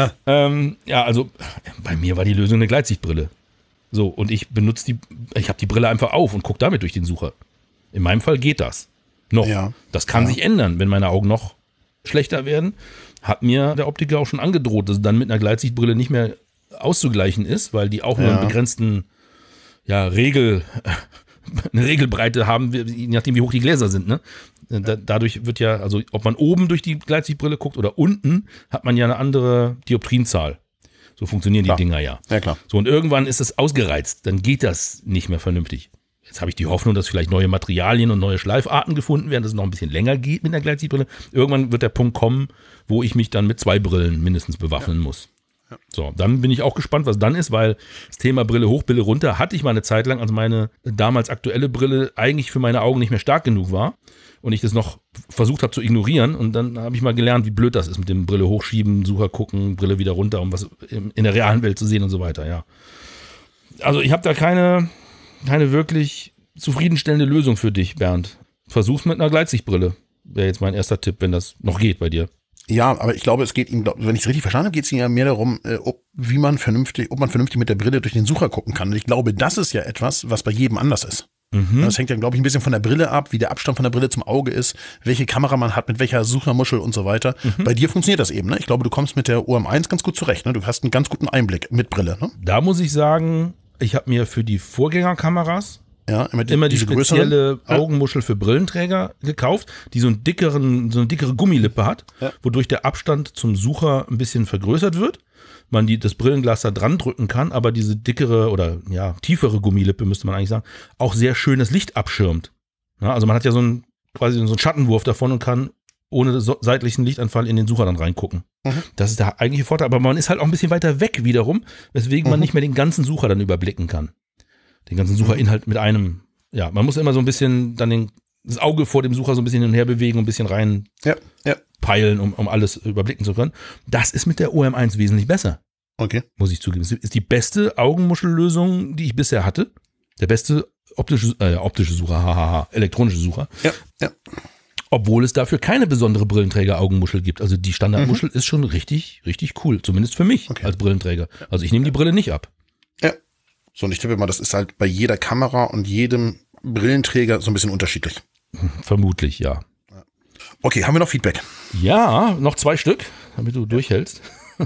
Also bei mir war die Lösung eine Gleitsichtbrille. So, und ich habe die Brille einfach auf und gucke damit durch den Sucher. In meinem Fall geht das. Noch. Ja. Das kann sich ändern, wenn meine Augen noch schlechter werden. Hat mir der Optiker auch schon angedroht, dass es dann mit einer Gleitsichtbrille nicht mehr auszugleichen ist, weil die auch nur einen begrenzten eine Regelbreite haben, je nachdem wie hoch die Gläser sind. Ne? Dadurch wird ja, also ob man oben durch die Gleitsichtbrille guckt oder unten, hat man ja eine andere Dioptrienzahl. So funktionieren die Dinger ja. Ja, klar. So, und irgendwann ist es ausgereizt, dann geht das nicht mehr vernünftig. Jetzt habe ich die Hoffnung, dass vielleicht neue Materialien und neue Schleifarten gefunden werden, dass es noch ein bisschen länger geht mit einer Gleitsichtbrille. Irgendwann wird der Punkt kommen, wo ich mich dann mit 2 Brillen mindestens bewaffnen muss. Ja. So, dann bin ich auch gespannt, was dann ist, weil das Thema Brille hoch, Brille runter hatte ich mal eine Zeit lang, als meine damals aktuelle Brille eigentlich für meine Augen nicht mehr stark genug war und ich das noch versucht habe zu ignorieren und dann habe ich mal gelernt, wie blöd das ist mit dem Brille hochschieben, Sucher gucken, Brille wieder runter, um was in der realen Welt zu sehen und so weiter, ja. Also ich habe da keine wirklich zufriedenstellende Lösung für dich, Bernd. Versuch's mit einer Gleitsichtbrille. Wäre jetzt mein erster Tipp, wenn das noch geht bei dir. Ja, aber ich glaube, es geht ihm, wenn ich es richtig verstanden habe, geht es ihm ja mehr darum, ob man vernünftig mit der Brille durch den Sucher gucken kann. Und ich glaube, das ist ja etwas, was bei jedem anders ist. Das hängt ja, glaube ich, ein bisschen von der Brille ab, wie der Abstand von der Brille zum Auge ist, welche Kamera man hat, mit welcher Suchermuschel und so weiter. Bei dir funktioniert das eben, ne? Ich glaube, du kommst mit der OM1 ganz gut zurecht, ne? Du hast einen ganz guten Einblick mit Brille, ne? Da muss ich sagen, ich habe mir für die Vorgängerkameras immer die spezielle Augenmuschel für Brillenträger gekauft, die so eine dickere Gummilippe hat, wodurch der Abstand zum Sucher ein bisschen vergrößert wird. Man das Brillenglas da dran drücken kann, aber diese dickere oder tiefere Gummilippe, müsste man eigentlich sagen, auch sehr schönes Licht abschirmt. Ja, also man hat ja quasi so einen Schattenwurf davon und kann ohne seitlichen Lichtanfall in den Sucher dann reingucken. Das ist der eigentliche Vorteil, aber man ist halt auch ein bisschen weiter weg wiederum, weswegen man nicht mehr den ganzen Sucher dann überblicken kann. Den ganzen Sucherinhalt mit einem, man muss immer so ein bisschen dann das Auge vor dem Sucher so ein bisschen hin und her bewegen und ein bisschen rein peilen, um alles überblicken zu können. Das ist mit der OM1 wesentlich besser. Okay. Muss ich zugeben. Das ist die beste Augenmuschellösung, die ich bisher hatte. Der beste optische Sucher, elektronische Sucher. Ja. Obwohl es dafür keine besondere Brillenträger-Augenmuschel gibt. Also die Standardmuschel ist schon richtig, richtig cool. Zumindest für mich als Brillenträger. Also ich nehme die Brille nicht ab. Ja. So, und ich tippe mal, das ist halt bei jeder Kamera und jedem Brillenträger so ein bisschen unterschiedlich. Vermutlich, ja. Okay, haben wir noch Feedback? Ja, noch 2 Stück, damit du durchhältst.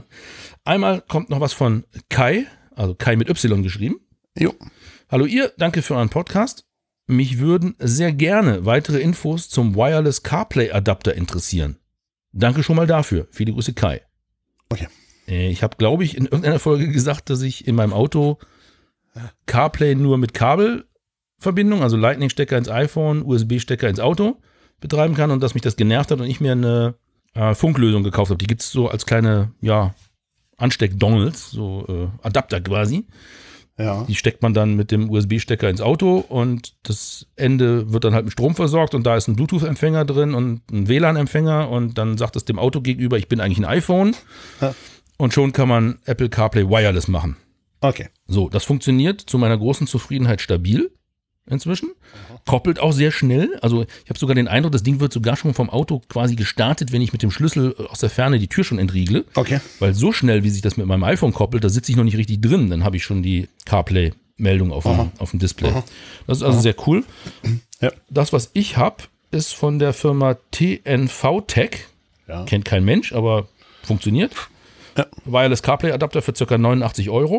Einmal kommt noch was von Kai, also Kai mit Y geschrieben. Jo. Hallo ihr, danke für euren Podcast. Mich würden sehr gerne weitere Infos zum Wireless CarPlay Adapter interessieren. Danke schon mal dafür. Viele Grüße, Kai. Okay. Ich habe, glaube ich, in irgendeiner Folge gesagt, dass ich in meinem Auto CarPlay nur mit Kabelverbindung, also Lightning-Stecker ins iPhone, USB-Stecker ins Auto betreiben kann und dass mich das genervt hat und ich mir eine Funklösung gekauft habe. Die gibt es so als kleine, Ansteck-Dongles, so Adapter quasi. Ja. Die steckt man dann mit dem USB-Stecker ins Auto und das Ende wird dann halt mit Strom versorgt und da ist ein Bluetooth-Empfänger drin und ein WLAN-Empfänger und dann sagt es dem Auto gegenüber, ich bin eigentlich ein iPhone und schon kann man Apple CarPlay Wireless machen. Okay. So, das funktioniert zu meiner großen Zufriedenheit stabil inzwischen. Koppelt auch sehr schnell. Also ich habe sogar den Eindruck, das Ding wird sogar schon vom Auto quasi gestartet, wenn ich mit dem Schlüssel aus der Ferne die Tür schon entriegle. Okay. Weil so schnell, wie sich das mit meinem iPhone koppelt, da sitze ich noch nicht richtig drin. Dann habe ich schon die CarPlay-Meldung auf dem Display. Das ist also sehr cool. Ja. Das, was ich habe, ist von der Firma TNV Tech. Ja. Kennt kein Mensch, aber funktioniert. Ja. Wireless CarPlay-Adapter für ca. 89 €.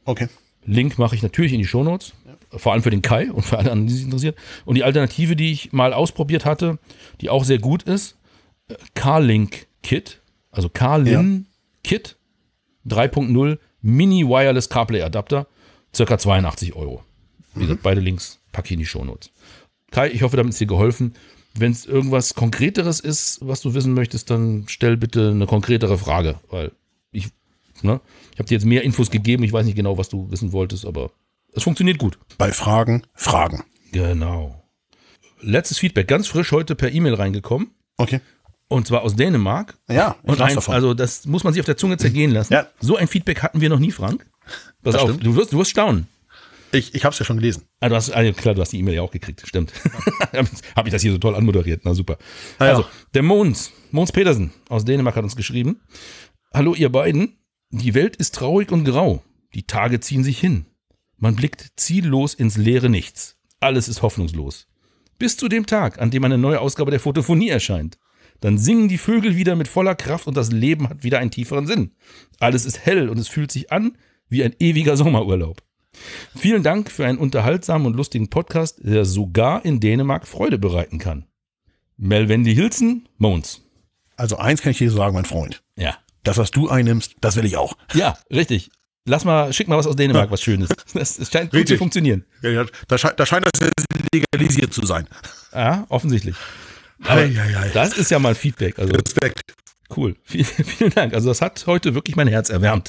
Okay. Link mache ich natürlich in die Shownotes, vor allem für den Kai und für alle anderen, die sich interessiert. Und die Alternative, die ich mal ausprobiert hatte, die auch sehr gut ist, Carlink Kit, also Carlin Kit 3.0 Mini Wireless CarPlay Adapter, circa 82 €. Wie gesagt, beide Links packe ich in die Shownotes. Kai, ich hoffe, damit ist dir geholfen. Wenn es irgendwas Konkreteres ist, was du wissen möchtest, dann stell bitte eine konkretere Frage, weil ich habe dir jetzt mehr Infos gegeben. Ich weiß nicht genau, was du wissen wolltest, aber es funktioniert gut. Bei Fragen, Fragen. Genau. Letztes Feedback, ganz frisch heute per E-Mail reingekommen. Okay. Und zwar aus Dänemark. Ja, und also das muss man sich auf der Zunge zergehen lassen. Ja. So ein Feedback hatten wir noch nie, Frank. Pass das auf, stimmt. du wirst staunen. Ich habe es ja schon gelesen. Du hast die E-Mail ja auch gekriegt, stimmt. Habe ich das hier so toll anmoderiert, na super. Ja. Also, der Mons Petersen aus Dänemark hat uns geschrieben. Hallo ihr beiden, die Welt ist traurig und grau. Die Tage ziehen sich hin. Man blickt ziellos ins leere Nichts. Alles ist hoffnungslos. Bis zu dem Tag, an dem eine neue Ausgabe der Fotophonie erscheint. Dann singen die Vögel wieder mit voller Kraft und das Leben hat wieder einen tieferen Sinn. Alles ist hell und es fühlt sich an wie ein ewiger Sommerurlaub. Vielen Dank für einen unterhaltsamen und lustigen Podcast, der sogar in Dänemark Freude bereiten kann. Melvendi Hilsen, Mons. Also eins kann ich dir sagen, mein Freund. Ja. Das, was du einnimmst, das will ich auch. Ja, richtig. Schick mal was aus Dänemark, was Schönes. Das scheint gut zu funktionieren. Ja, da scheint das legalisiert zu sein. Ja, offensichtlich. Das ist ja mal Feedback. Also, Respekt. Cool. Vielen Dank. Also das hat heute wirklich mein Herz erwärmt.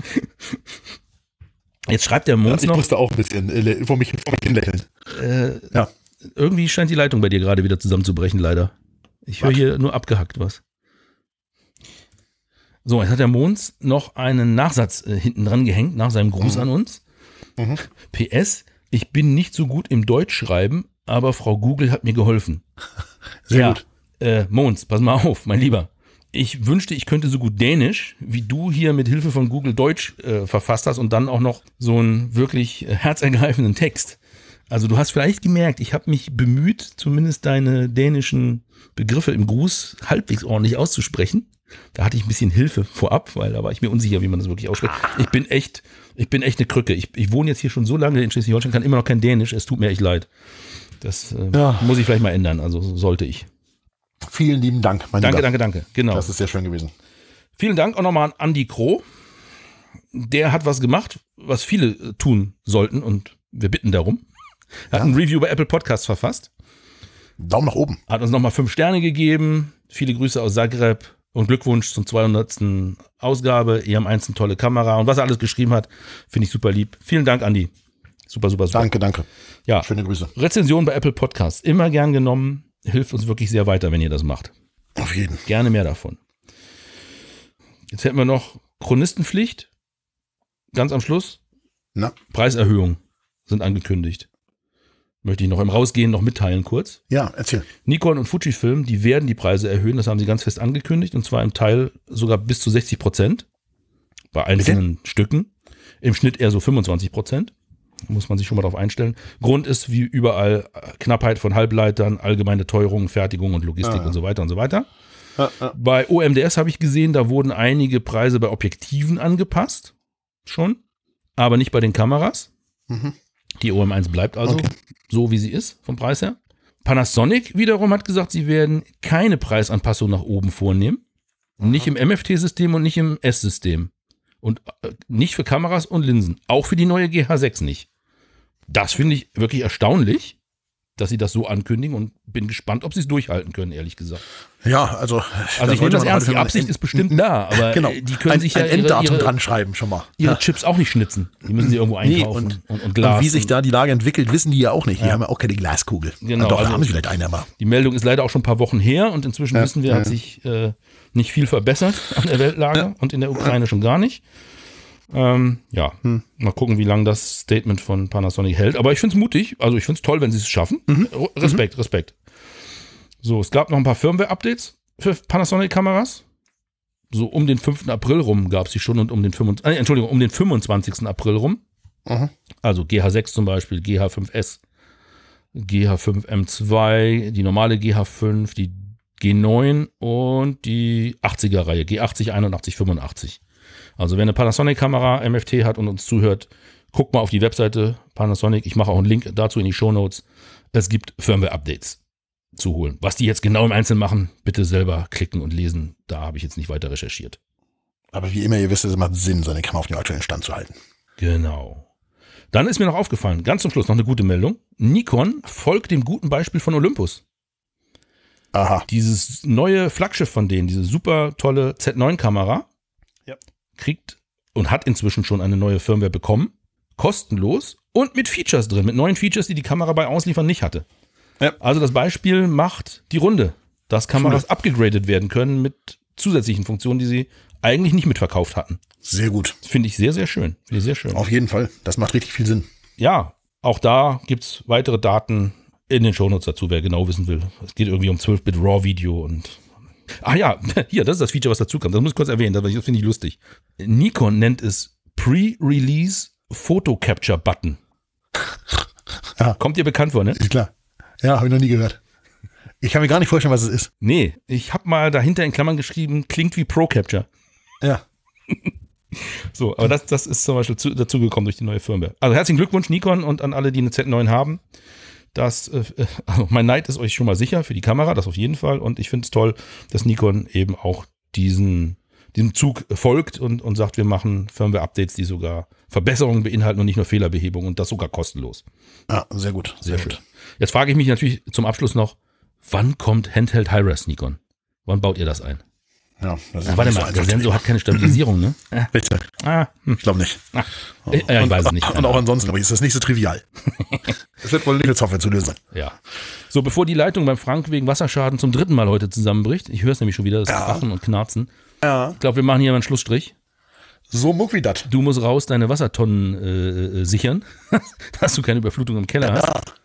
Jetzt schreibt der Mons noch. Ich musste auch ein bisschen vor mich hinlächeln. Ja. Irgendwie scheint die Leitung bei dir gerade wieder zusammenzubrechen, leider. Ich höre hier nur abgehackt was. So, jetzt hat der Mons noch einen Nachsatz hinten dran gehängt, nach seinem Gruß an uns. PS, ich bin nicht so gut im Deutschschreiben, aber Frau Google hat mir geholfen. Sehr gut. Mons, pass mal auf, mein Lieber. Ich wünschte, ich könnte so gut Dänisch, wie du hier mit Hilfe von Google Deutsch verfasst hast und dann auch noch so einen wirklich herzergreifenden Text. Also du hast vielleicht gemerkt, ich habe mich bemüht, zumindest deine dänischen Begriffe im Gruß halbwegs ordentlich auszusprechen. Da hatte ich ein bisschen Hilfe vorab, weil da war ich mir unsicher, wie man das wirklich ausspricht. Ich bin echt eine Krücke. Ich wohne jetzt hier schon so lange in Schleswig-Holstein, kann immer noch kein Dänisch. Es tut mir echt leid. Das muss ich vielleicht mal ändern. Also sollte ich. Vielen lieben Dank, mein Lieber. Danke. Genau. Das ist sehr schön gewesen. Vielen Dank auch nochmal an Andi Kroh. Der hat was gemacht, was viele tun sollten und wir bitten darum. Er hat ein Review bei Apple Podcasts verfasst. Daumen nach oben. Hat uns nochmal 5 Sterne gegeben. Viele Grüße aus Zagreb und Glückwunsch zum 200. Ausgabe. Ihr habt eine tolle Kamera und was er alles geschrieben hat, finde ich super lieb. Vielen Dank, Andi. Super. Danke. Ja. Schöne Grüße. Rezension bei Apple Podcasts. Immer gern genommen. Hilft uns wirklich sehr weiter, wenn ihr das macht. Auf jeden. Gerne mehr davon. Jetzt hätten wir noch Chronistenpflicht. Ganz am Schluss. Na? Preiserhöhung sind angekündigt. Möchte ich noch im Rausgehen noch mitteilen kurz. Ja, erzähl. Nikon und Fujifilm, die werden die Preise erhöhen. Das haben sie ganz fest angekündigt. Und zwar im Teil sogar bis zu 60%. Bei einzelnen Stücken. Im Schnitt eher so 25%. Muss man sich schon mal darauf einstellen. Grund ist wie überall Knappheit von Halbleitern, allgemeine Teuerung, Fertigung und Logistik und so weiter und so weiter. Bei OMDS habe ich gesehen, da wurden einige Preise bei Objektiven angepasst. Schon. Aber nicht bei den Kameras. Die OM1 bleibt also so, wie sie ist, vom Preis her. Panasonic wiederum hat gesagt, sie werden keine Preisanpassung nach oben vornehmen. Nicht im MFT-System und nicht im S-System. Und nicht für Kameras und Linsen. Auch für die neue GH6 nicht. Das finde ich wirklich erstaunlich, dass sie das so ankündigen und bin gespannt, ob sie es durchhalten können, ehrlich gesagt. Ja, also ich nehme das ernst. Die Absicht ist bestimmt da, aber die können sich ja ein Enddatum dran schreiben schon mal. Ihre Chips auch nicht schnitzen. Die müssen sie irgendwo einkaufen und Glas. Und wie sich da die Lage entwickelt, wissen die ja auch nicht. Die haben ja auch keine Glaskugel. Genau. Doch, da haben sie vielleicht eine mal. Die Meldung ist leider auch schon ein paar Wochen her und inzwischen wissen wir, hat sich nicht viel verbessert an der Weltlage und in der Ukraine schon gar nicht. Mal gucken, wie lange das Statement von Panasonic hält. Aber ich finde es mutig. Also ich finde es toll, wenn sie es schaffen. Respekt. So, es gab noch ein paar Firmware-Updates für Panasonic-Kameras. So um den 5. April rum gab es die schon und um den 25. April rum. Also GH6 zum Beispiel, GH5S, GH5M2, die normale GH5, die G9 und die 80er-Reihe, G80, 81, 85. Also wer eine Panasonic-Kamera MFT hat und uns zuhört, guckt mal auf die Webseite Panasonic. Ich mache auch einen Link dazu in die Shownotes. Es gibt Firmware-Updates zu holen. Was die jetzt genau im Einzelnen machen, bitte selber klicken und lesen. Da habe ich jetzt nicht weiter recherchiert. Aber wie immer, ihr wisst, es macht Sinn, seine Kamera auf dem aktuellen Stand zu halten. Genau. Dann ist mir noch aufgefallen, ganz zum Schluss noch eine gute Meldung. Nikon folgt dem guten Beispiel von Olympus. Aha. Dieses neue Flaggschiff von denen, diese super tolle Z9-Kamera, kriegt und hat inzwischen schon eine neue Firmware bekommen. Kostenlos und mit Features drin, mit neuen Features, die die Kamera bei Ausliefern nicht hatte. Ja. Also das Beispiel macht die Runde, dass Kameras upgegradet werden können mit zusätzlichen Funktionen, die sie eigentlich nicht mitverkauft hatten. Sehr gut. Finde ich sehr, sehr schön. Finde ich sehr schön. Auf jeden Fall. Das macht richtig viel Sinn. Ja, auch da gibt's weitere Daten in den Shownotes dazu, wer genau wissen will. Es geht irgendwie um 12-Bit RAW-Video und ach ja, hier, das ist das Feature, was dazu kommt. Das muss ich kurz erwähnen, das finde ich lustig. Nikon nennt es Pre-Release Photo Capture Button. Ja. Kommt dir bekannt vor, ne? Ist klar. Ja, habe ich noch nie gehört. Ich kann mir gar nicht vorstellen, was es ist. Nee, ich habe mal dahinter in Klammern geschrieben, klingt wie Pro Capture. Ja. So, aber das ist zum Beispiel dazu gekommen durch die neue Firmware. Also herzlichen Glückwunsch Nikon und an alle, die eine Z9 haben. Also mein Neid ist euch schon mal sicher für die Kamera, das auf jeden Fall. Und ich finde es toll, dass Nikon eben auch diesem Zug folgt und sagt, wir machen Firmware-Updates, die sogar Verbesserungen beinhalten und nicht nur Fehlerbehebung und das sogar kostenlos. Ja, sehr gut. Sehr schön. Jetzt frage ich mich natürlich zum Abschluss noch, wann kommt Handheld Hi-Res Nikon? Wann baut ihr das ein? Ja, das ist warte mal, der Sensor hat keine Stabilisierung, ne? Bitte. Ich glaube nicht. Ich weiß es nicht. Und auch ansonsten, aber ist das nicht so trivial. Es wird wohl nicht mit Software zu lösen. Ja. So, bevor die Leitung beim Frank wegen Wasserschaden zum 3. Mal heute zusammenbricht, ich höre es nämlich schon wieder, das Krachen und Knarzen. Ja. Ich glaube, wir machen hier mal einen Schlussstrich. So muck wie das. Du musst raus deine Wassertonnen sichern, dass du keine Überflutung im Keller hast.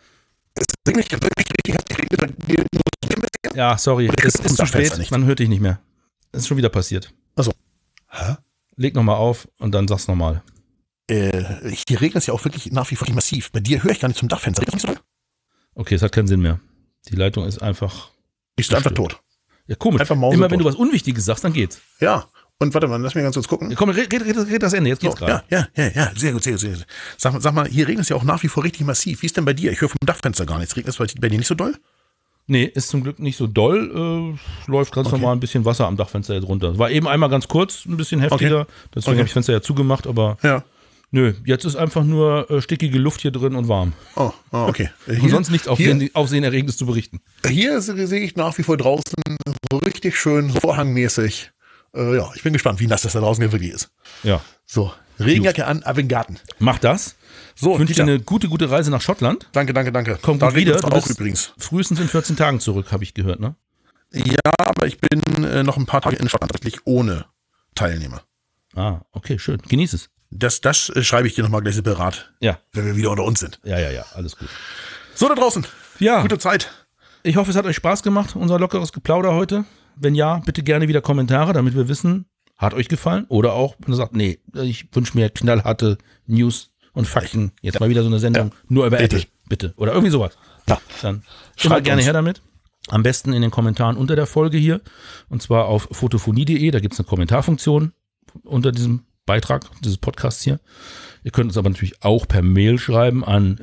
Ja, sorry, es ist zu spät, man hört dich nicht mehr. Es ist schon wieder passiert. Achso. Hä? Leg nochmal auf und dann sag's nochmal. Hier regnet es ja auch wirklich nach wie vor massiv. Bei dir höre ich gar nicht zum Dachfenster. Okay, es hat keinen Sinn mehr. Die Leitung ist einfach... Ist einfach tot. Ja, komisch. Immer wenn du was Unwichtiges sagst, dann geht's. Ja. Und warte mal, lass mich ganz kurz gucken. Ja, komm, red das Ende, jetzt geht's gerade. Ja, sehr gut. Sag mal, hier regnet es ja auch nach wie vor richtig massiv. Wie ist denn bei dir? Ich höre vom Dachfenster gar nichts. Regnet es bei dir nicht so doll? Nee, ist zum Glück nicht so doll. Läuft ganz normal ein bisschen Wasser am Dachfenster jetzt runter. War eben einmal ganz kurz, ein bisschen heftiger. Deswegen habe ich das Fenster ja zugemacht, aber nö, jetzt ist einfach nur stickige Luft hier drin und warm. Oh, okay. Und sonst nichts Aufsehenerregendes zu berichten. Hier sehe ich nach wie vor draußen so richtig schön, so vorhangmäßig. Ja, ich bin gespannt, wie nass das da draußen hier wirklich ist. Ja. So, Regenjacke an, ab in den Garten. Mach das. So, ich wünsche dir eine gute Reise nach Schottland. Danke. Komm gut wieder. Du bist übrigens frühestens in 14 Tagen zurück, habe ich gehört, ne? Ja, aber ich bin noch ein paar Tage in Schottland, tatsächlich ohne Teilnehmer. Ah, okay, schön. Genieß es. Das schreibe ich dir nochmal gleich separat. Ja. Wenn wir wieder unter uns sind. Ja, alles gut. So, da draußen. Ja. Gute Zeit. Ich hoffe, es hat euch Spaß gemacht, unser lockeres Geplauder heute. Wenn ja, bitte gerne wieder Kommentare, damit wir wissen, hat euch gefallen? Oder auch, wenn ihr sagt, nee, ich wünsche mir knallharte News und Fakten. Jetzt mal wieder so eine Sendung nur über Apple. Bitte. Oder irgendwie sowas. Ja. Dann schreibt gerne her damit. Am besten in den Kommentaren unter der Folge hier. Und zwar auf photophonie.de. Da gibt es eine Kommentarfunktion unter diesem Beitrag, dieses Podcasts hier. Ihr könnt uns aber natürlich auch per Mail schreiben an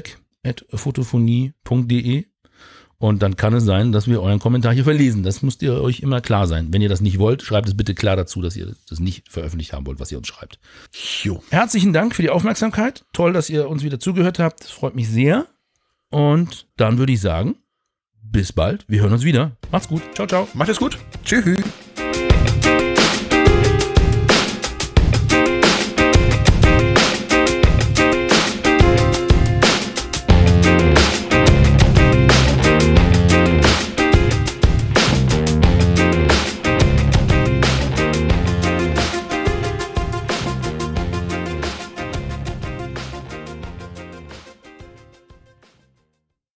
feedback@photophonie.de. Und dann kann es sein, dass wir euren Kommentar hier verlesen. Das müsst ihr euch immer klar sein. Wenn ihr das nicht wollt, schreibt es bitte klar dazu, dass ihr das nicht veröffentlicht haben wollt, was ihr uns schreibt. Jo. Herzlichen Dank für die Aufmerksamkeit. Toll, dass ihr uns wieder zugehört habt. Das freut mich sehr. Und dann würde ich sagen, bis bald. Wir hören uns wieder. Macht's gut. Ciao, ciao. Macht es gut. Tschüss.